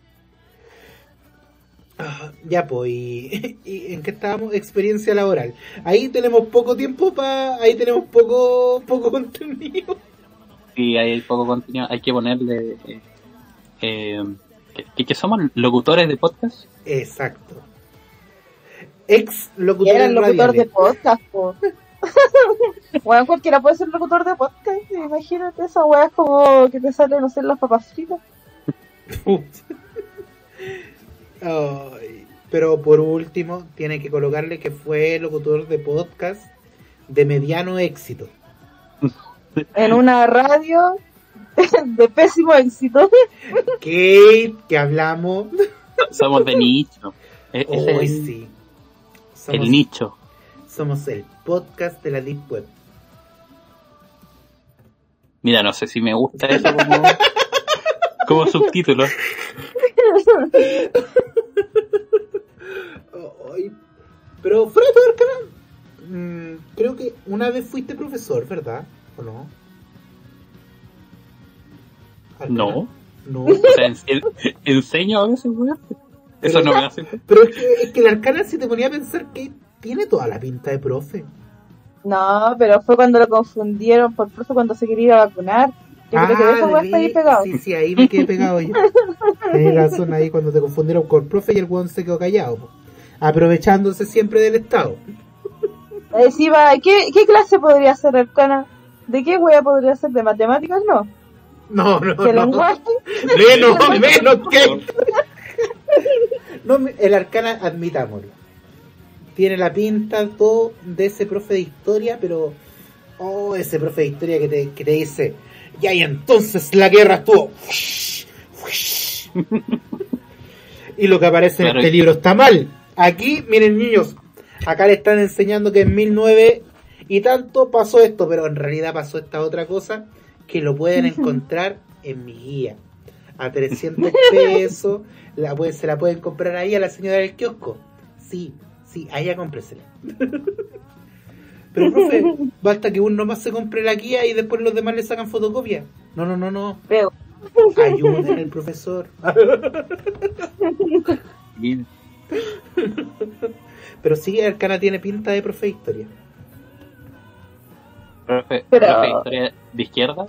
Ah, ya, pues, y, y ¿en qué estábamos? Experiencia laboral. Ahí tenemos poco tiempo para... Ahí tenemos poco, poco contenido. Sí, hay poco contenido. Hay que ponerle. Eh, eh, que, que somos locutores de podcast. Exacto. Ex Y locutor era el locutor de radiales. podcast, po. Bueno, cualquiera puede ser locutor de podcast. Imagínate esa weá como que te sale, no sé, las papas fritas. Ay, pero por último, tiene que colocarle que fue locutor de podcast de mediano éxito. En una radio de pésimo éxito. Kate, que hablamos. Somos de nicho. Es, es Hoy el, sí. Somos, el nicho. somos el podcast de la Deep Web. Mira, no sé si me gusta eso como, como subtítulo. Ay, pero fuera de todo el canal, mm, creo que una vez fuiste profesor, ¿verdad? ¿O no? Arcana. No. No. O sea, en- en- enseño a veces, weón. Eso no me hace. Pero es que, es que el Arcana, si te ponía a pensar que tiene toda la pinta de profe. No, pero fue cuando lo confundieron por profe cuando se quería ir a vacunar. Yo creo que de eso de voy a estar ahí ver- pegado. Sí, sí, ahí me quedé pegado yo. Tenés razón ahí cuando te confundieron con el profe y el weón se quedó callado, po. Aprovechándose siempre del Estado. Decía, ¿qué, ¿qué clase podría ser Arcana? ¿De qué wea podría ser? ¿De matemáticas? No. No, no, ¿De no. lenguaje? Menos, menos que... No, me- el Arcana, admitámoslo. Tiene la pinta todo de ese profe de historia, pero... Oh, ese profe de historia que te, que te dice... Ya, y entonces la guerra estuvo... Y lo que aparece Claro. en este libro está mal. Aquí, miren niños, acá le están enseñando que en mil nueve y tanto pasó esto, pero en realidad pasó esta otra cosa que lo pueden encontrar en mi guía. A trescientos pesos, la pueden, se la pueden comprar ahí a la señora del kiosco. Sí, sí, a ella cómpresela. Pero profe, basta que uno más se compre la guía y después los demás le sacan fotocopia. No, no, no, no. Veo. Ayuden al profesor. Y- Pero sí, Arcana tiene pinta de profe de historia. Profe, Pero- profe de historia de izquierda.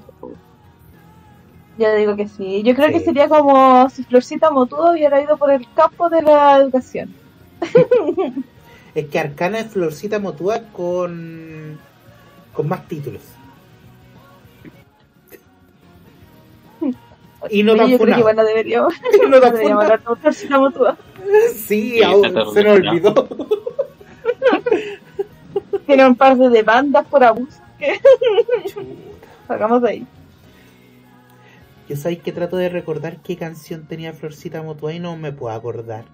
Yo digo que sí. Yo creo Sí. que sería como si Florcita Motudo hubiera ido por el campo de la educación. Es que Arcana es Florcita Motúa con con más títulos. Y no Oye, tan yo creo que funado. bueno, deberíamos, Y no tan deberíamos funado. hablar de Florcita Motudo. Sí, Sí, aún está se nos terrible. olvidó. Tiene un par de demandas por abuso. que Sacamos de ahí. Yo sabéis que trato de recordar qué canción tenía Florcita Motúa y no me puedo acordar.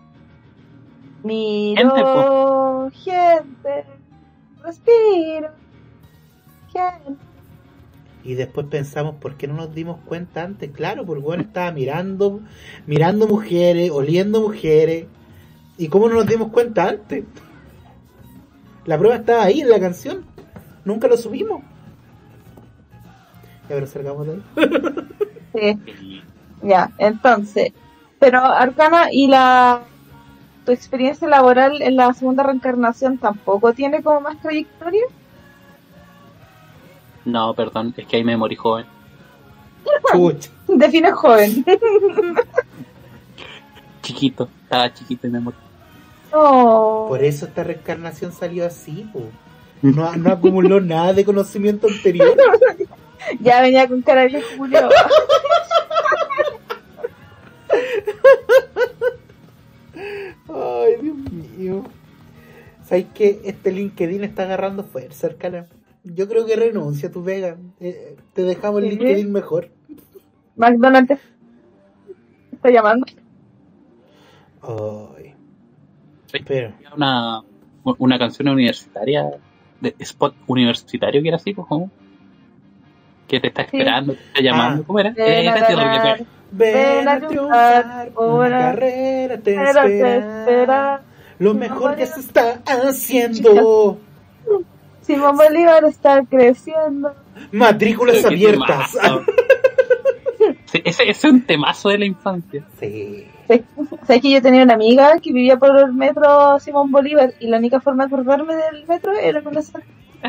Miro, gente, respiro, gente. Y después pensamos, ¿por qué no nos dimos cuenta antes? Claro, porque bueno, estaba mirando, mirando mujeres, oliendo mujeres. ¿Y cómo no nos dimos cuenta antes? La prueba estaba ahí en la canción. Nunca lo subimos. Ya, pero salgamos de ahí. Sí, y- ya, entonces. Pero Arcana, ¿y la tu experiencia laboral en la segunda reencarnación tampoco tiene como más trayectoria? No, perdón, es que ahí me morí joven. Chucha. Define joven. Chiquito, estaba chiquito y me morí. Oh. Por eso esta reencarnación salió así, po. No, no acumuló nada de conocimiento anterior. Ya venía con cara de viejo Julio. Ay, Dios mío. ¿Sabes qué? Este LinkedIn está agarrando fuerza, Arcana. Yo creo que renuncia a tu Vega. Eh, te dejamos el ¿Sí? LinkedIn mejor. McDonald's te está llamando. Ay. Sí. Pero, Una, una canción universitaria, de spot universitario que era así, pues, ¿cómo? Que te está esperando, te está llamando. Ah. ¿Cómo era? Ven Eh, a esa es horrible, ganar, pero- ven a a triunfar, triunfar, una ahora, carrera te pero te espera. espera. Lo mejor que se está haciendo. Simón Bolívar está creciendo. Matrículas Pero qué abiertas. temazo. Sí, ese, ese es un temazo de la infancia. Sí. ¿Sabes que yo tenía una amiga que vivía por el metro Simón Bolívar y la única forma de acordarme del metro era con esa?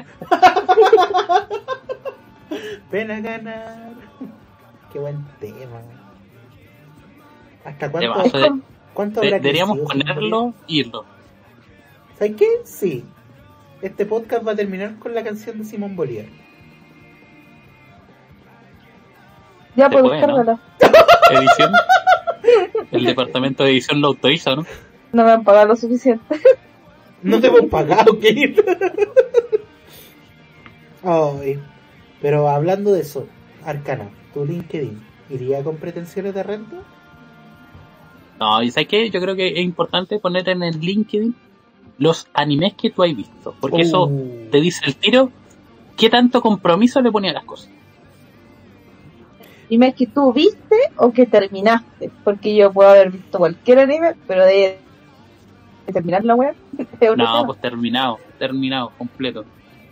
Ven a ganar. Qué buen tema. ¿Hasta cuánto, Temazo de- cuánto de- habrá deberíamos crecido Simón ponerlo Bolívar? y irlo. ¿Sabes qué? Sí. Este podcast va a terminar con la canción de Simón Bolívar. Ya, Se pues puede, ¿no? descárgala. Edición. El departamento de edición lo autoriza, ¿no? No me han pagado lo suficiente. No te hemos pagado, ¿qué? Ay, pero hablando de eso, Arcana, tu LinkedIn, ¿iría con pretensiones de renta? No, y ¿sabes qué? Yo creo que es importante poner en el LinkedIn los animes que tú has visto. Porque eso Uh. te dice el tiro qué tanto compromiso le ponía a las cosas. Dime que tú viste o que terminaste. Porque yo puedo haber visto cualquier anime, pero de, de terminar la web. es otro No, tema. pues terminado, terminado, completo.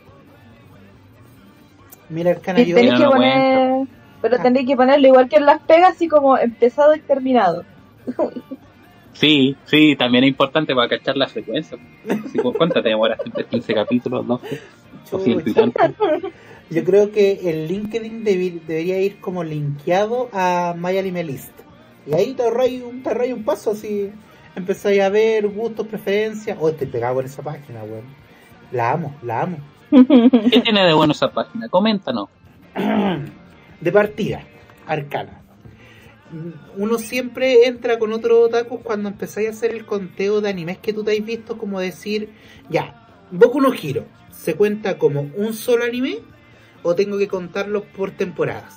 Mira, Arcana, Y yo... tenéis Yo que no poner. Pero Ah. tenéis que ponerlo igual que en las pegas, así como empezado y terminado. Sí, sí, también es importante para cachar la frecuencia. Así, pues, ¿cuánto te demoras? ¿quince capítulos? doce? O filtrante. Yo creo que el LinkedIn debi- debería ir como linkeado a MyAnimeList. Y ahí te ahorráis un, te ahorráis un paso, así empezáis a ver gustos, preferencias. Oh, estoy pegado en esa página, weón. La amo, la amo. ¿Qué tiene de bueno esa página? Coméntanos. De partida, Arcana. Uno siempre entra con otro otaku cuando empezáis a hacer el conteo de animes que tú te has visto, como decir, ya, Boku no Hero, ¿se cuenta como un solo anime o tengo que contarlo por temporadas?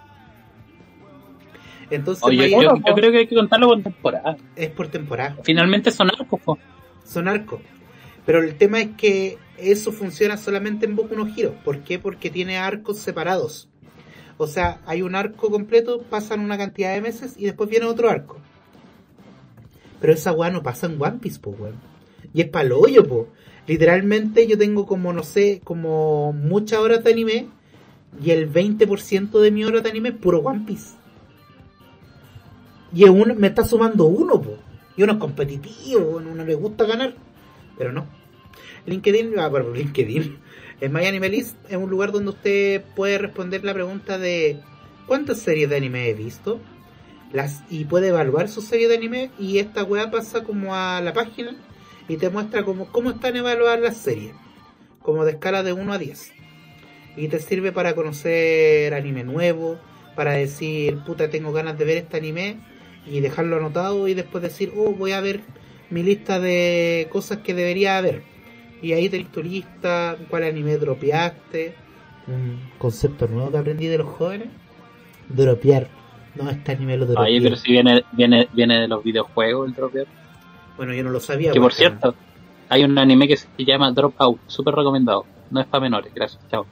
Entonces, Oye, yo, yo creo que hay que contarlo por temporada. Es por temporada. Finalmente son arcos, po. Son arcos. Pero el tema es que eso funciona solamente en Boku no Hero. ¿Por qué? Porque tiene arcos separados. O sea, hay un arco completo, pasan una cantidad de meses y después viene otro arco. Pero esa weá no pasa en One Piece, po, weón. Y es pa'l hoyo, po. Literalmente yo tengo como, no sé, como muchas horas de anime y el veinte por ciento de mi hora de anime es puro One Piece. Y es uno, me está sumando uno, po. Y uno es competitivo, uno le gusta ganar. Pero no. LinkedIn, ah, bueno, LinkedIn. El MyAnimeList es un lugar donde usted puede responder la pregunta de ¿cuántas series de anime he visto? Las, y puede evaluar su serie de anime, y esta weá pasa como a la página y te muestra como cómo están evaluadas las series, como de escala de uno a diez. Y te sirve para conocer anime nuevo, para decir, puta, tengo ganas de ver este anime, y dejarlo anotado y después decir, oh, voy a ver mi lista de cosas que debería ver. Y ahí tenés tu lista, cuál anime dropeaste. Un concepto nuevo que aprendí de los jóvenes. Dropear. No, este anime lo dropeé. Oye, pero si viene, viene, viene de los videojuegos el dropear. Bueno, yo no lo sabía. Que por cierto, hay un anime que se llama Dropout, súper recomendado. No es para menores, gracias, chao.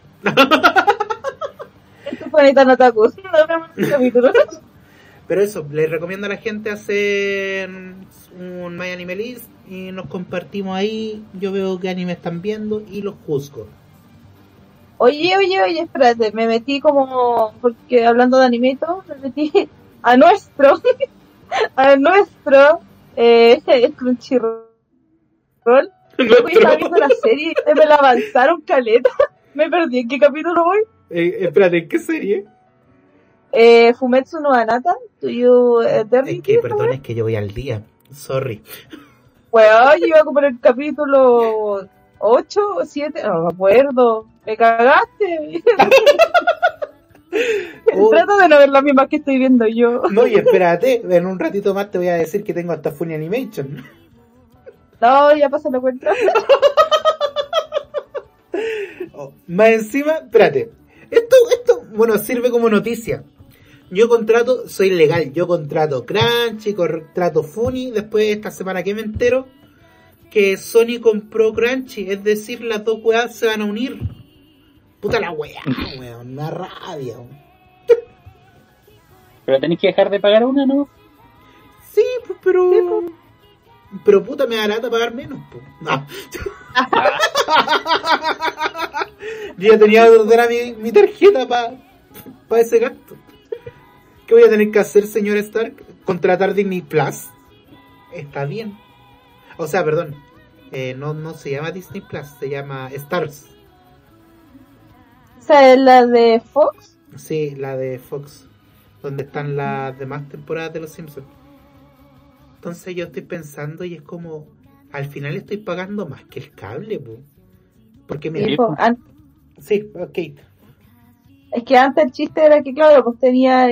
Esto fue Anita Notaku. Nos vemos en el capítulo. Pero eso, les recomiendo a la gente hacer un MyAnimeList y nos compartimos ahí. Yo veo qué anime están viendo y los juzgo. Oye, oye, oye, espérate, me metí como, porque hablando de anime y todo, me metí a nuestro, a nuestro, eh, Crunchyroll. Yo estaba viendo la serie y me la avanzaron caleta. Me perdí, ¿en qué capítulo voy? Eh, espérate, ¿en qué serie? Eh, Fumetsu no Anata, to you eternity. Es que, perdón, es que yo voy al día. Sorry. Weón, yo iba como en el capítulo ocho o siete, no me acuerdo. Me cagaste. Oh. Trato de no ver las mismas que estoy viendo yo. No, y espérate, en un ratito más te voy a decir que tengo hasta Funny Animation. No, ya pasa la cuenta. Oh, más encima, espérate. Esto, esto, bueno, sirve como noticia. Yo contrato, soy legal, yo contrato Crunchy, contrato Funny, después esta semana que me entero que Sony compró Crunchy, es decir, las dos weas se van a unir. Puta la wea, weón, me da rabia. Weón. Pero tenés que dejar de pagar una, ¿no? Sí, pues, pero... Sí, pues. Pero puta, me da lata pagar menos, pues. No. Yo ya tenía que ordenar mi, mi tarjeta para pa ese gasto. ¿Qué voy a tener que hacer, señor Stark? ¿Contratar Disney Plus? Está bien. O sea, perdón. Eh, no, no se llama Disney Plus, se llama Stars. ¿Esa es la de Fox? Sí, la de Fox. Donde están las demás temporadas de Los Simpsons. Entonces yo estoy pensando y es como... Al final estoy pagando más que el cable, po. Porque me... Sí, po, an- sí, ok. Es que antes el chiste era que, claro, pues tenía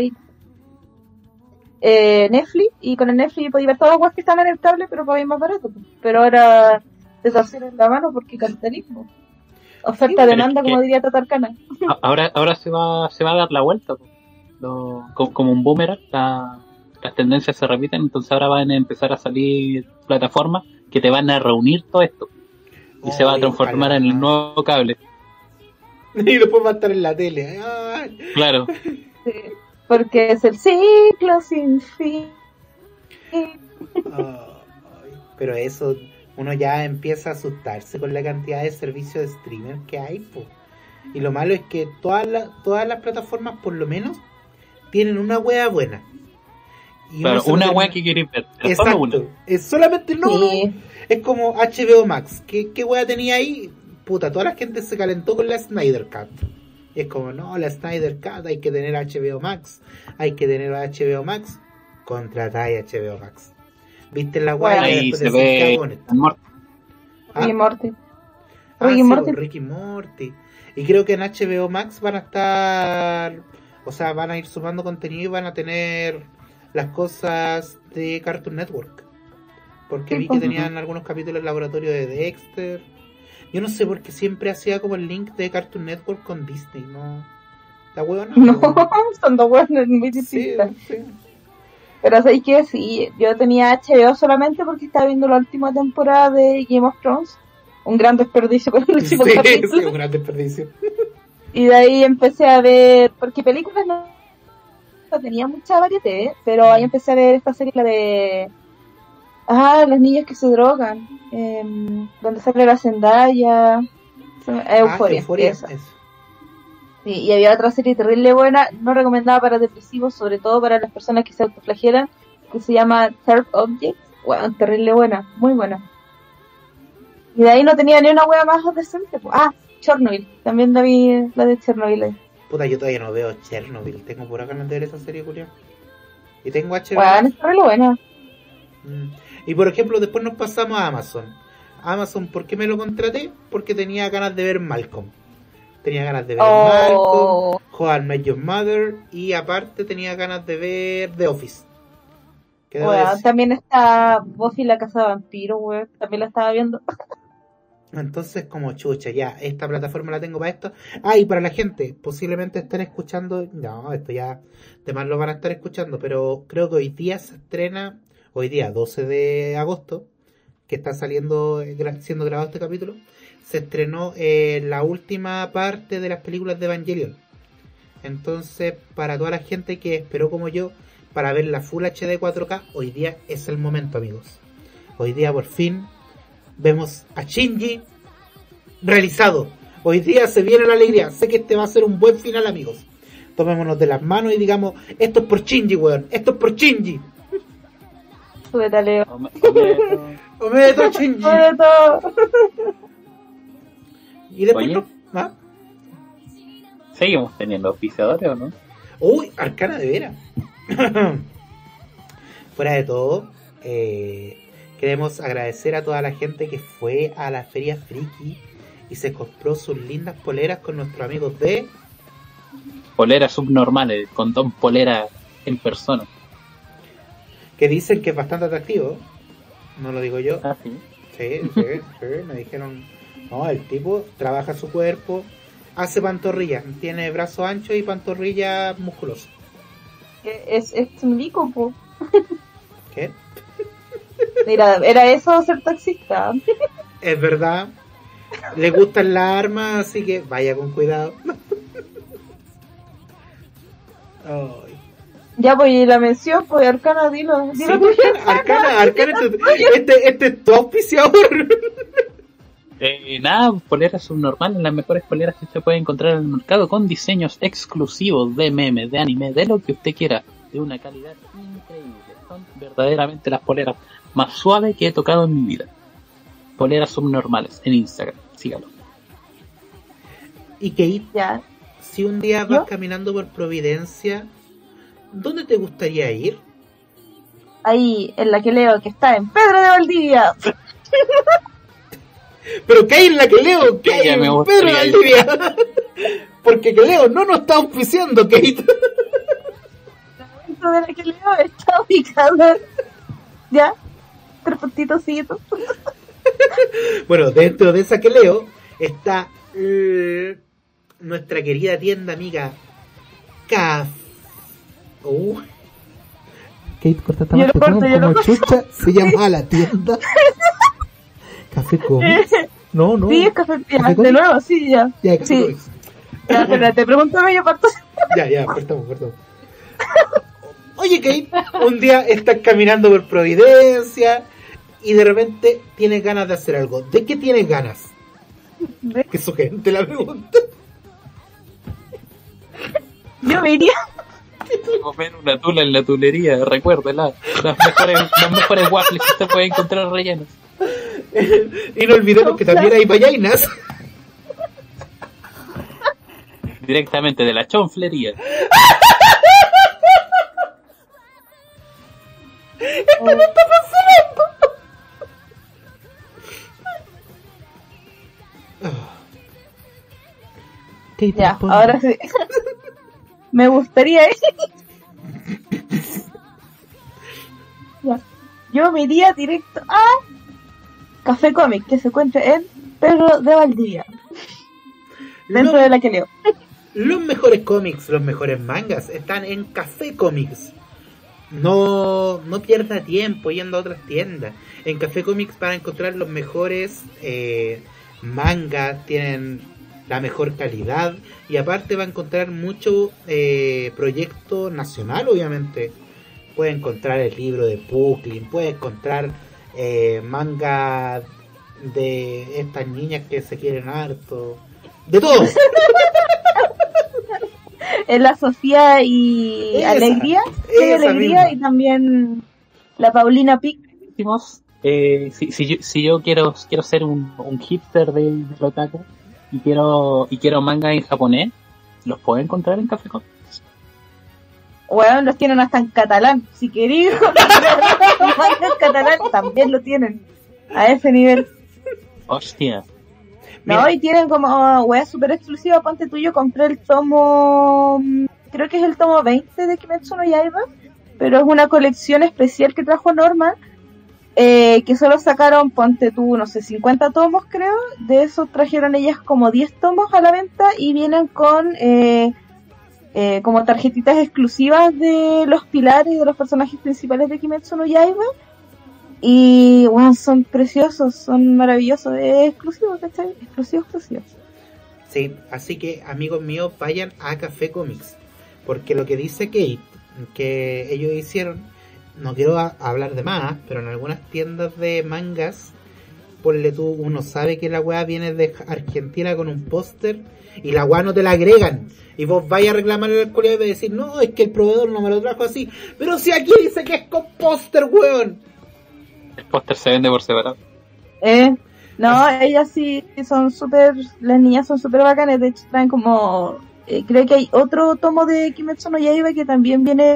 eh, Netflix, y con el Netflix podía ver todas las cosas que están en el cable, pero pagáis más barato. Pues. Pero ahora te torcieron en la mano porque capitalismo. Oferta-demanda, sí, como diría Tatarcana. Ahora, ahora se va, se va a dar la vuelta. Pues. Lo, como, como un boomerang, la, las tendencias se repiten, entonces ahora van a empezar a salir plataformas que te van a reunir todo esto. Y oh, se va a transformar en el nuevo cable. Y después va a estar en la tele. Ay. Claro. Sí, porque es el ciclo sin fin. Oh, pero eso, uno ya empieza a asustarse con la cantidad de servicios de streamer que hay, po. Y lo malo es que todas las todas las plataformas, por lo menos, tienen una wea buena. Y claro, una wea que quieres ver. Exacto. Es solamente no, sí. no. Es como H B O Max. ¿Qué, qué wea tenía ahí? puta, toda la gente se calentó con la Snyder Cut. Y es como, no, la Snyder Cut, hay que tener H B O Max, hay que tener H B O Max, contratáis H B O Max. ¿Viste la guay? Bueno, ahí se ve Morty. ¿Ah? Ricky Morty. Ah, Ricky sí, Morty. pues, Ricky Morty. Y creo que en H B O Max van a estar, o sea, van a ir sumando contenido y van a tener las cosas de Cartoon Network. Porque Sí, vi que pues. tenían algunos capítulos del laboratorio de Dexter. Yo no sé por qué siempre hacía como el link de Cartoon Network con Disney, ¿no? La huevona. No, son dos buenas muy Sí, distintas. sí. Pero sabéis que sí, yo tenía H B O solamente porque estaba viendo la última temporada de Game of Thrones. Un gran desperdicio con el último Sí, capítulo. sí, un gran desperdicio. Y de ahí empecé a ver, porque películas no, no tenía mucha variedad, pero ahí empecé a ver esta serie, la de... Ah, los niños que se drogan. Eh, donde sale la Zendaya. Euforia. Ah, Euforia, esa. eso. Sí, y había otra serie terrible buena, no recomendada para depresivos, sobre todo para las personas que se autoflagelan, que se llama Third Object. Bueno, terrible buena, muy buena. Y de ahí no tenía ni una wea más decente. Pues. Ah, Chernobyl, también la vi, la de Chernobyl. Puta, yo todavía no veo Chernobyl. Tengo pura ganas de ver esa serie, Julián. Y tengo H B O. Bueno, es terrible buena. Mm. Y por ejemplo, después nos pasamos a Amazon. Amazon, ¿por qué me lo contraté? Porque tenía ganas de ver Malcolm. Tenía ganas de ver Oh. Malcolm, How I Met Your Mother, y aparte tenía ganas de ver The Office. ¿Qué debo Bueno, decir? también está Buffy la casa de vampiros, wey. También la estaba viendo. Entonces, como chucha, ya, esta plataforma la tengo para esto. Ah, y para la gente, posiblemente estén escuchando, no, esto ya, demás lo van a estar escuchando, pero creo que hoy día se estrena, hoy día, doce de agosto, que está saliendo, eh, gra- siendo grabado este capítulo, se estrenó eh, la última parte de las películas de Evangelion. Entonces, para toda la gente que esperó como yo, para ver la Full H D cuatro K, hoy día es el momento, amigos. Hoy día, por fin, vemos a Shinji realizado. Hoy día se viene la alegría. Sé que este va a ser un buen final, amigos. Tomémonos de las manos y digamos, esto es por Shinji, weón. Esto es por Shinji. Súbete, Leo. Ome- Ometo. Ometo Shinji. Súbete. Y después Oye. no. ¿Ah? ¿Seguimos teniendo auspiciadores o no? Uy, Arcana de veras. Fuera de todo, eh, queremos agradecer a toda la gente que fue a la Feria Friki y se compró sus lindas poleras con nuestros amigos de... Poleras subnormales, con Don Polera en persona. que dicen que es bastante atractivo. No lo digo yo. Ah, sí. Sí, sí, sí, me dijeron, no, el tipo trabaja su cuerpo, hace pantorrilla, tiene brazo ancho y pantorrilla musculosa. Es, es un lico, po. ¿Qué? Mira, era eso ser taxista. Es verdad, le gustan las armas, así que vaya con cuidado. Ay. Ya, pues, y la mención, pues, Arcana, dilo. Sí, Dilo tú. Arcana, Arcana, este, este, este es tu auspiciador. Eh, nada, poleras subnormales, las mejores poleras que se puede encontrar en el mercado, con diseños exclusivos de memes, de anime, de lo que usted quiera, de una calidad increíble. Son verdaderamente las poleras más suaves que he tocado en mi vida. Poleras subnormales en Instagram, sígalo. Y Kate, Ya. si un día vas ¿Yo? caminando por Providencia, ¿dónde te gustaría ir? Ahí, en la que leo, que está en Pedro de Valdivia. Pero ¿qué hay en la que leo? ¿Qué hay Ya me en gustaría Pedro ir. Valdivia? Porque que leo no nos está auspiciando, Kate. Dentro de la que leo está ubicada. Ya. Tres puntitos, siguientes. Bueno, dentro de esa que leo está eh, nuestra querida tienda amiga Caf. Uh. Kate, corta esta Yo lo parte, corto, ¿cómo- yo lo cómo corto. chucha se llama la tienda? Café Comics. No, no. Sí, es café. Ya, ¿Café de Comics? nuevo, sí, ya. Ya, Café Sí. Comics. Ya, espérate, pregúntame yo parto. Ya, ya, cortamos, cortamos. Oye, Kate, un día estás caminando por Providencia y de repente tienes ganas de hacer algo. ¿De qué tienes ganas? Qué sugerente la pregunta. Yo me iría. Comer una tula en la tulería, recuérdela. Las mejores, las mejores waffles que usted puede encontrar rellenos. Y no olvidemos que también hay vallainas. directamente de la chonflería. Oh. ¿Qué te Ya, pone? ahora sí. Me gustaría ir. Ya. Yo me iría directo a Café Cómic, que se encuentra en Pedro de Valdivia, dentro Los, de la que leo. los mejores cómics, los mejores mangas están en Café Comics. No, no pierda tiempo yendo a otras tiendas. En Café Comics van a encontrar los mejores eh, mangas, tienen la mejor calidad y aparte va a encontrar mucho eh, proyecto nacional, obviamente. Puede encontrar el libro de Puklin, puede encontrar eh, manga de estas niñas que se quieren harto, de todo. En la Sofía y Esa, Alegría, sí, esa Alegría misma. y también la Paulina Pic. Eh, si, si, yo, si yo quiero quiero ser un, un hipster del, del otaku y quiero y quiero manga en japonés, ¿los puedo encontrar en Café Comics? Bueno, los tienen hasta en catalán. Si queréis manga en catalán, también lo tienen. A ese nivel. Hostia. No, Mira. y tienen como weas super exclusivas. Ponte tú, yo compré el tomo, creo que es el tomo veinte de Kimetsu no Yaiba, pero es una colección especial que trajo Norma, eh, que solo sacaron, ponte tú, no sé, cincuenta tomos creo. De esos trajeron ellas como diez tomos a la venta y vienen con eh, eh, como tarjetitas exclusivas de los pilares y de los personajes principales de Kimetsu no Yaiba. Y wow, son preciosos, son maravillosos, es exclusivo, ¿cachai? Exclusivo, exclusivo. Sí, así que amigos míos, vayan a Café Comics, porque lo que dice Kate, que ellos hicieron, no quiero a- hablar de más, pero en algunas tiendas de mangas, ponle tú, uno sabe que la weá viene de Argentina con un póster y la weá no te la agregan. Y vos vais a reclamarle al colega y vas a decir, no, es que el proveedor no me lo trajo así. Pero si aquí dice que es con póster, weón. El póster se vende por separado. Eh, no, ellas sí son súper, las niñas son súper bacanas, de hecho traen como, eh, creo que hay otro tomo de Kimetsu no Yaiba que también viene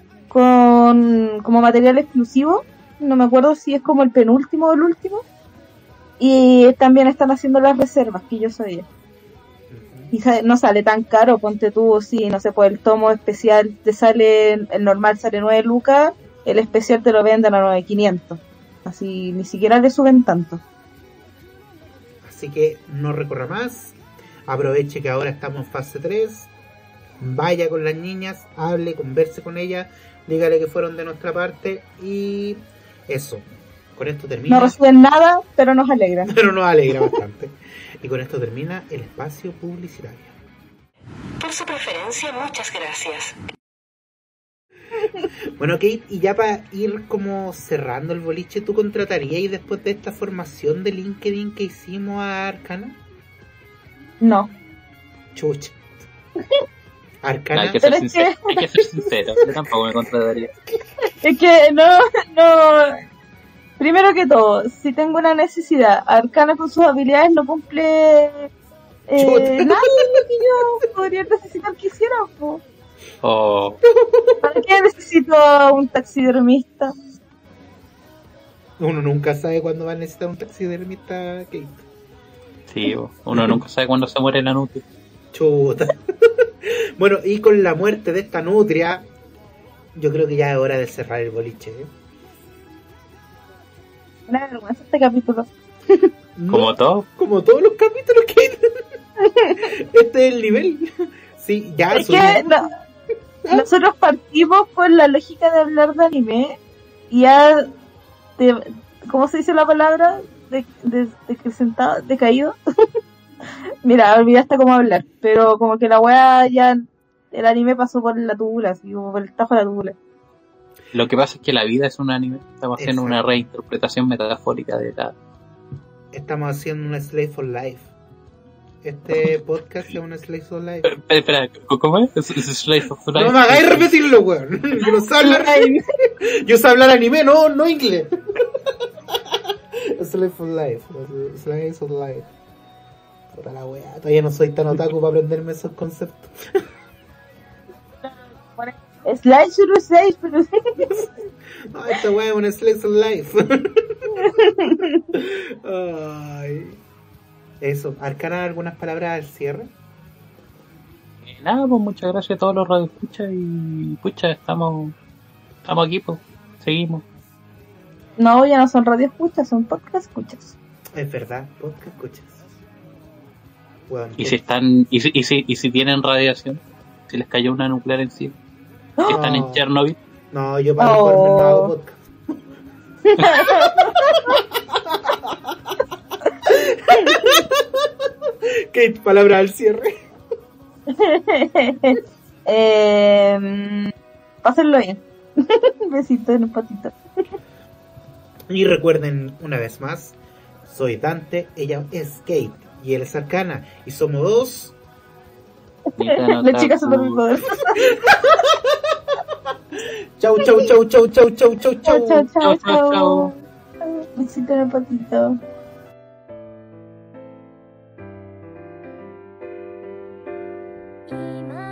con como material exclusivo, no me acuerdo si es como el penúltimo o el último, y también están haciendo las reservas, que yo sabía. Y sa- no sale tan caro, ponte tú, si no sé, pues el tomo especial te sale, el normal sale nueve lucas, el especial te lo venden a nueve mil quinientos. Así ni siquiera le suben tanto. Así que no recorra más. Aproveche que ahora estamos en fase tres. Vaya con las niñas, hable, converse con ellas, dígale que fueron de nuestra parte y eso. Con esto termina. No reciben nada, pero nos alegran. Pero nos alegra bastante. Y con esto termina el espacio publicitario. Por su preferencia, muchas gracias. Bueno, Kate, y ya para ir como cerrando el boliche, ¿tú contratarías después de esta formación de LinkedIn que hicimos a Arcana? No. Chucha. No, Arcana. hay que ser Pero es sincero, hay que ser sincero. Yo tampoco me contrataría. Es que no, no. Primero que todo, si tengo una necesidad, Arcana con sus habilidades no cumple eh, Chuta. nada de lo que yo podría necesitar que hiciera, po. O ¿Para qué necesito un taxidermista? Uno nunca sabe cuándo va a necesitar un taxidermista, Kate. sí, o- uno nunca sabe cuándo se muere la nutria. Chuta. Bueno, y con la muerte de esta nutria, yo creo que ya es hora de cerrar el boliche, ¿eh? Una vergüenza este capítulo. No, Como todo. como todos los capítulos que este es el nivel. Sí, ya Es subimos. que no, nosotros partimos con la lógica de hablar de anime y ya, de, ¿cómo se dice la palabra? De, de, de sentado, decaído. Mira, olvidaste cómo hablar, pero como que la wea ya, el anime pasó por la tubula, así como por el tajo de la tubula. Lo que pasa es que la vida es un anime. Estamos haciendo Exacto. una reinterpretación metafórica de la... Estamos haciendo una Slave for Life. Este podcast es una Slave for Life. Espera, espera, ¿cómo es? ¿Es, es Slave of Life? No me hagáis repetirlo, weón. Yo no sé hablar, yo sé hablar anime, no, no inglés. Slave for Life. Slave for Life. Puta la wea, todavía no soy tan otaku para aprenderme esos conceptos. Slice zero seis, pero No, esta wea es un slice of life. Ay. Eso, Arcana, algunas palabras al cierre. Eh, Nada, pues muchas gracias a todos los radioescuchas y pucha, estamos estamos aquí, pues, seguimos. no, ya no son radio escuchas, son podcast escuchas. Es verdad, podcast escuchas. Bueno, Y si están, y si, y si, y si tienen radiación, si les cayó una nuclear encima, si están en No. Chernobyl, No, yo para Oh. recordarme no hago podcast. ¿Qué palabra al cierre? eh, pásenlo bien. Besito en un patito. Y recuerden una vez más, soy Dante, ella es Kate y él es Arcana y somos dos. La chica super poderosa. Chau, chau, chau, chau, chau, chau, chau, Chao, chao, chau. chao, Chao, chao, chao. Besito en el patito. 今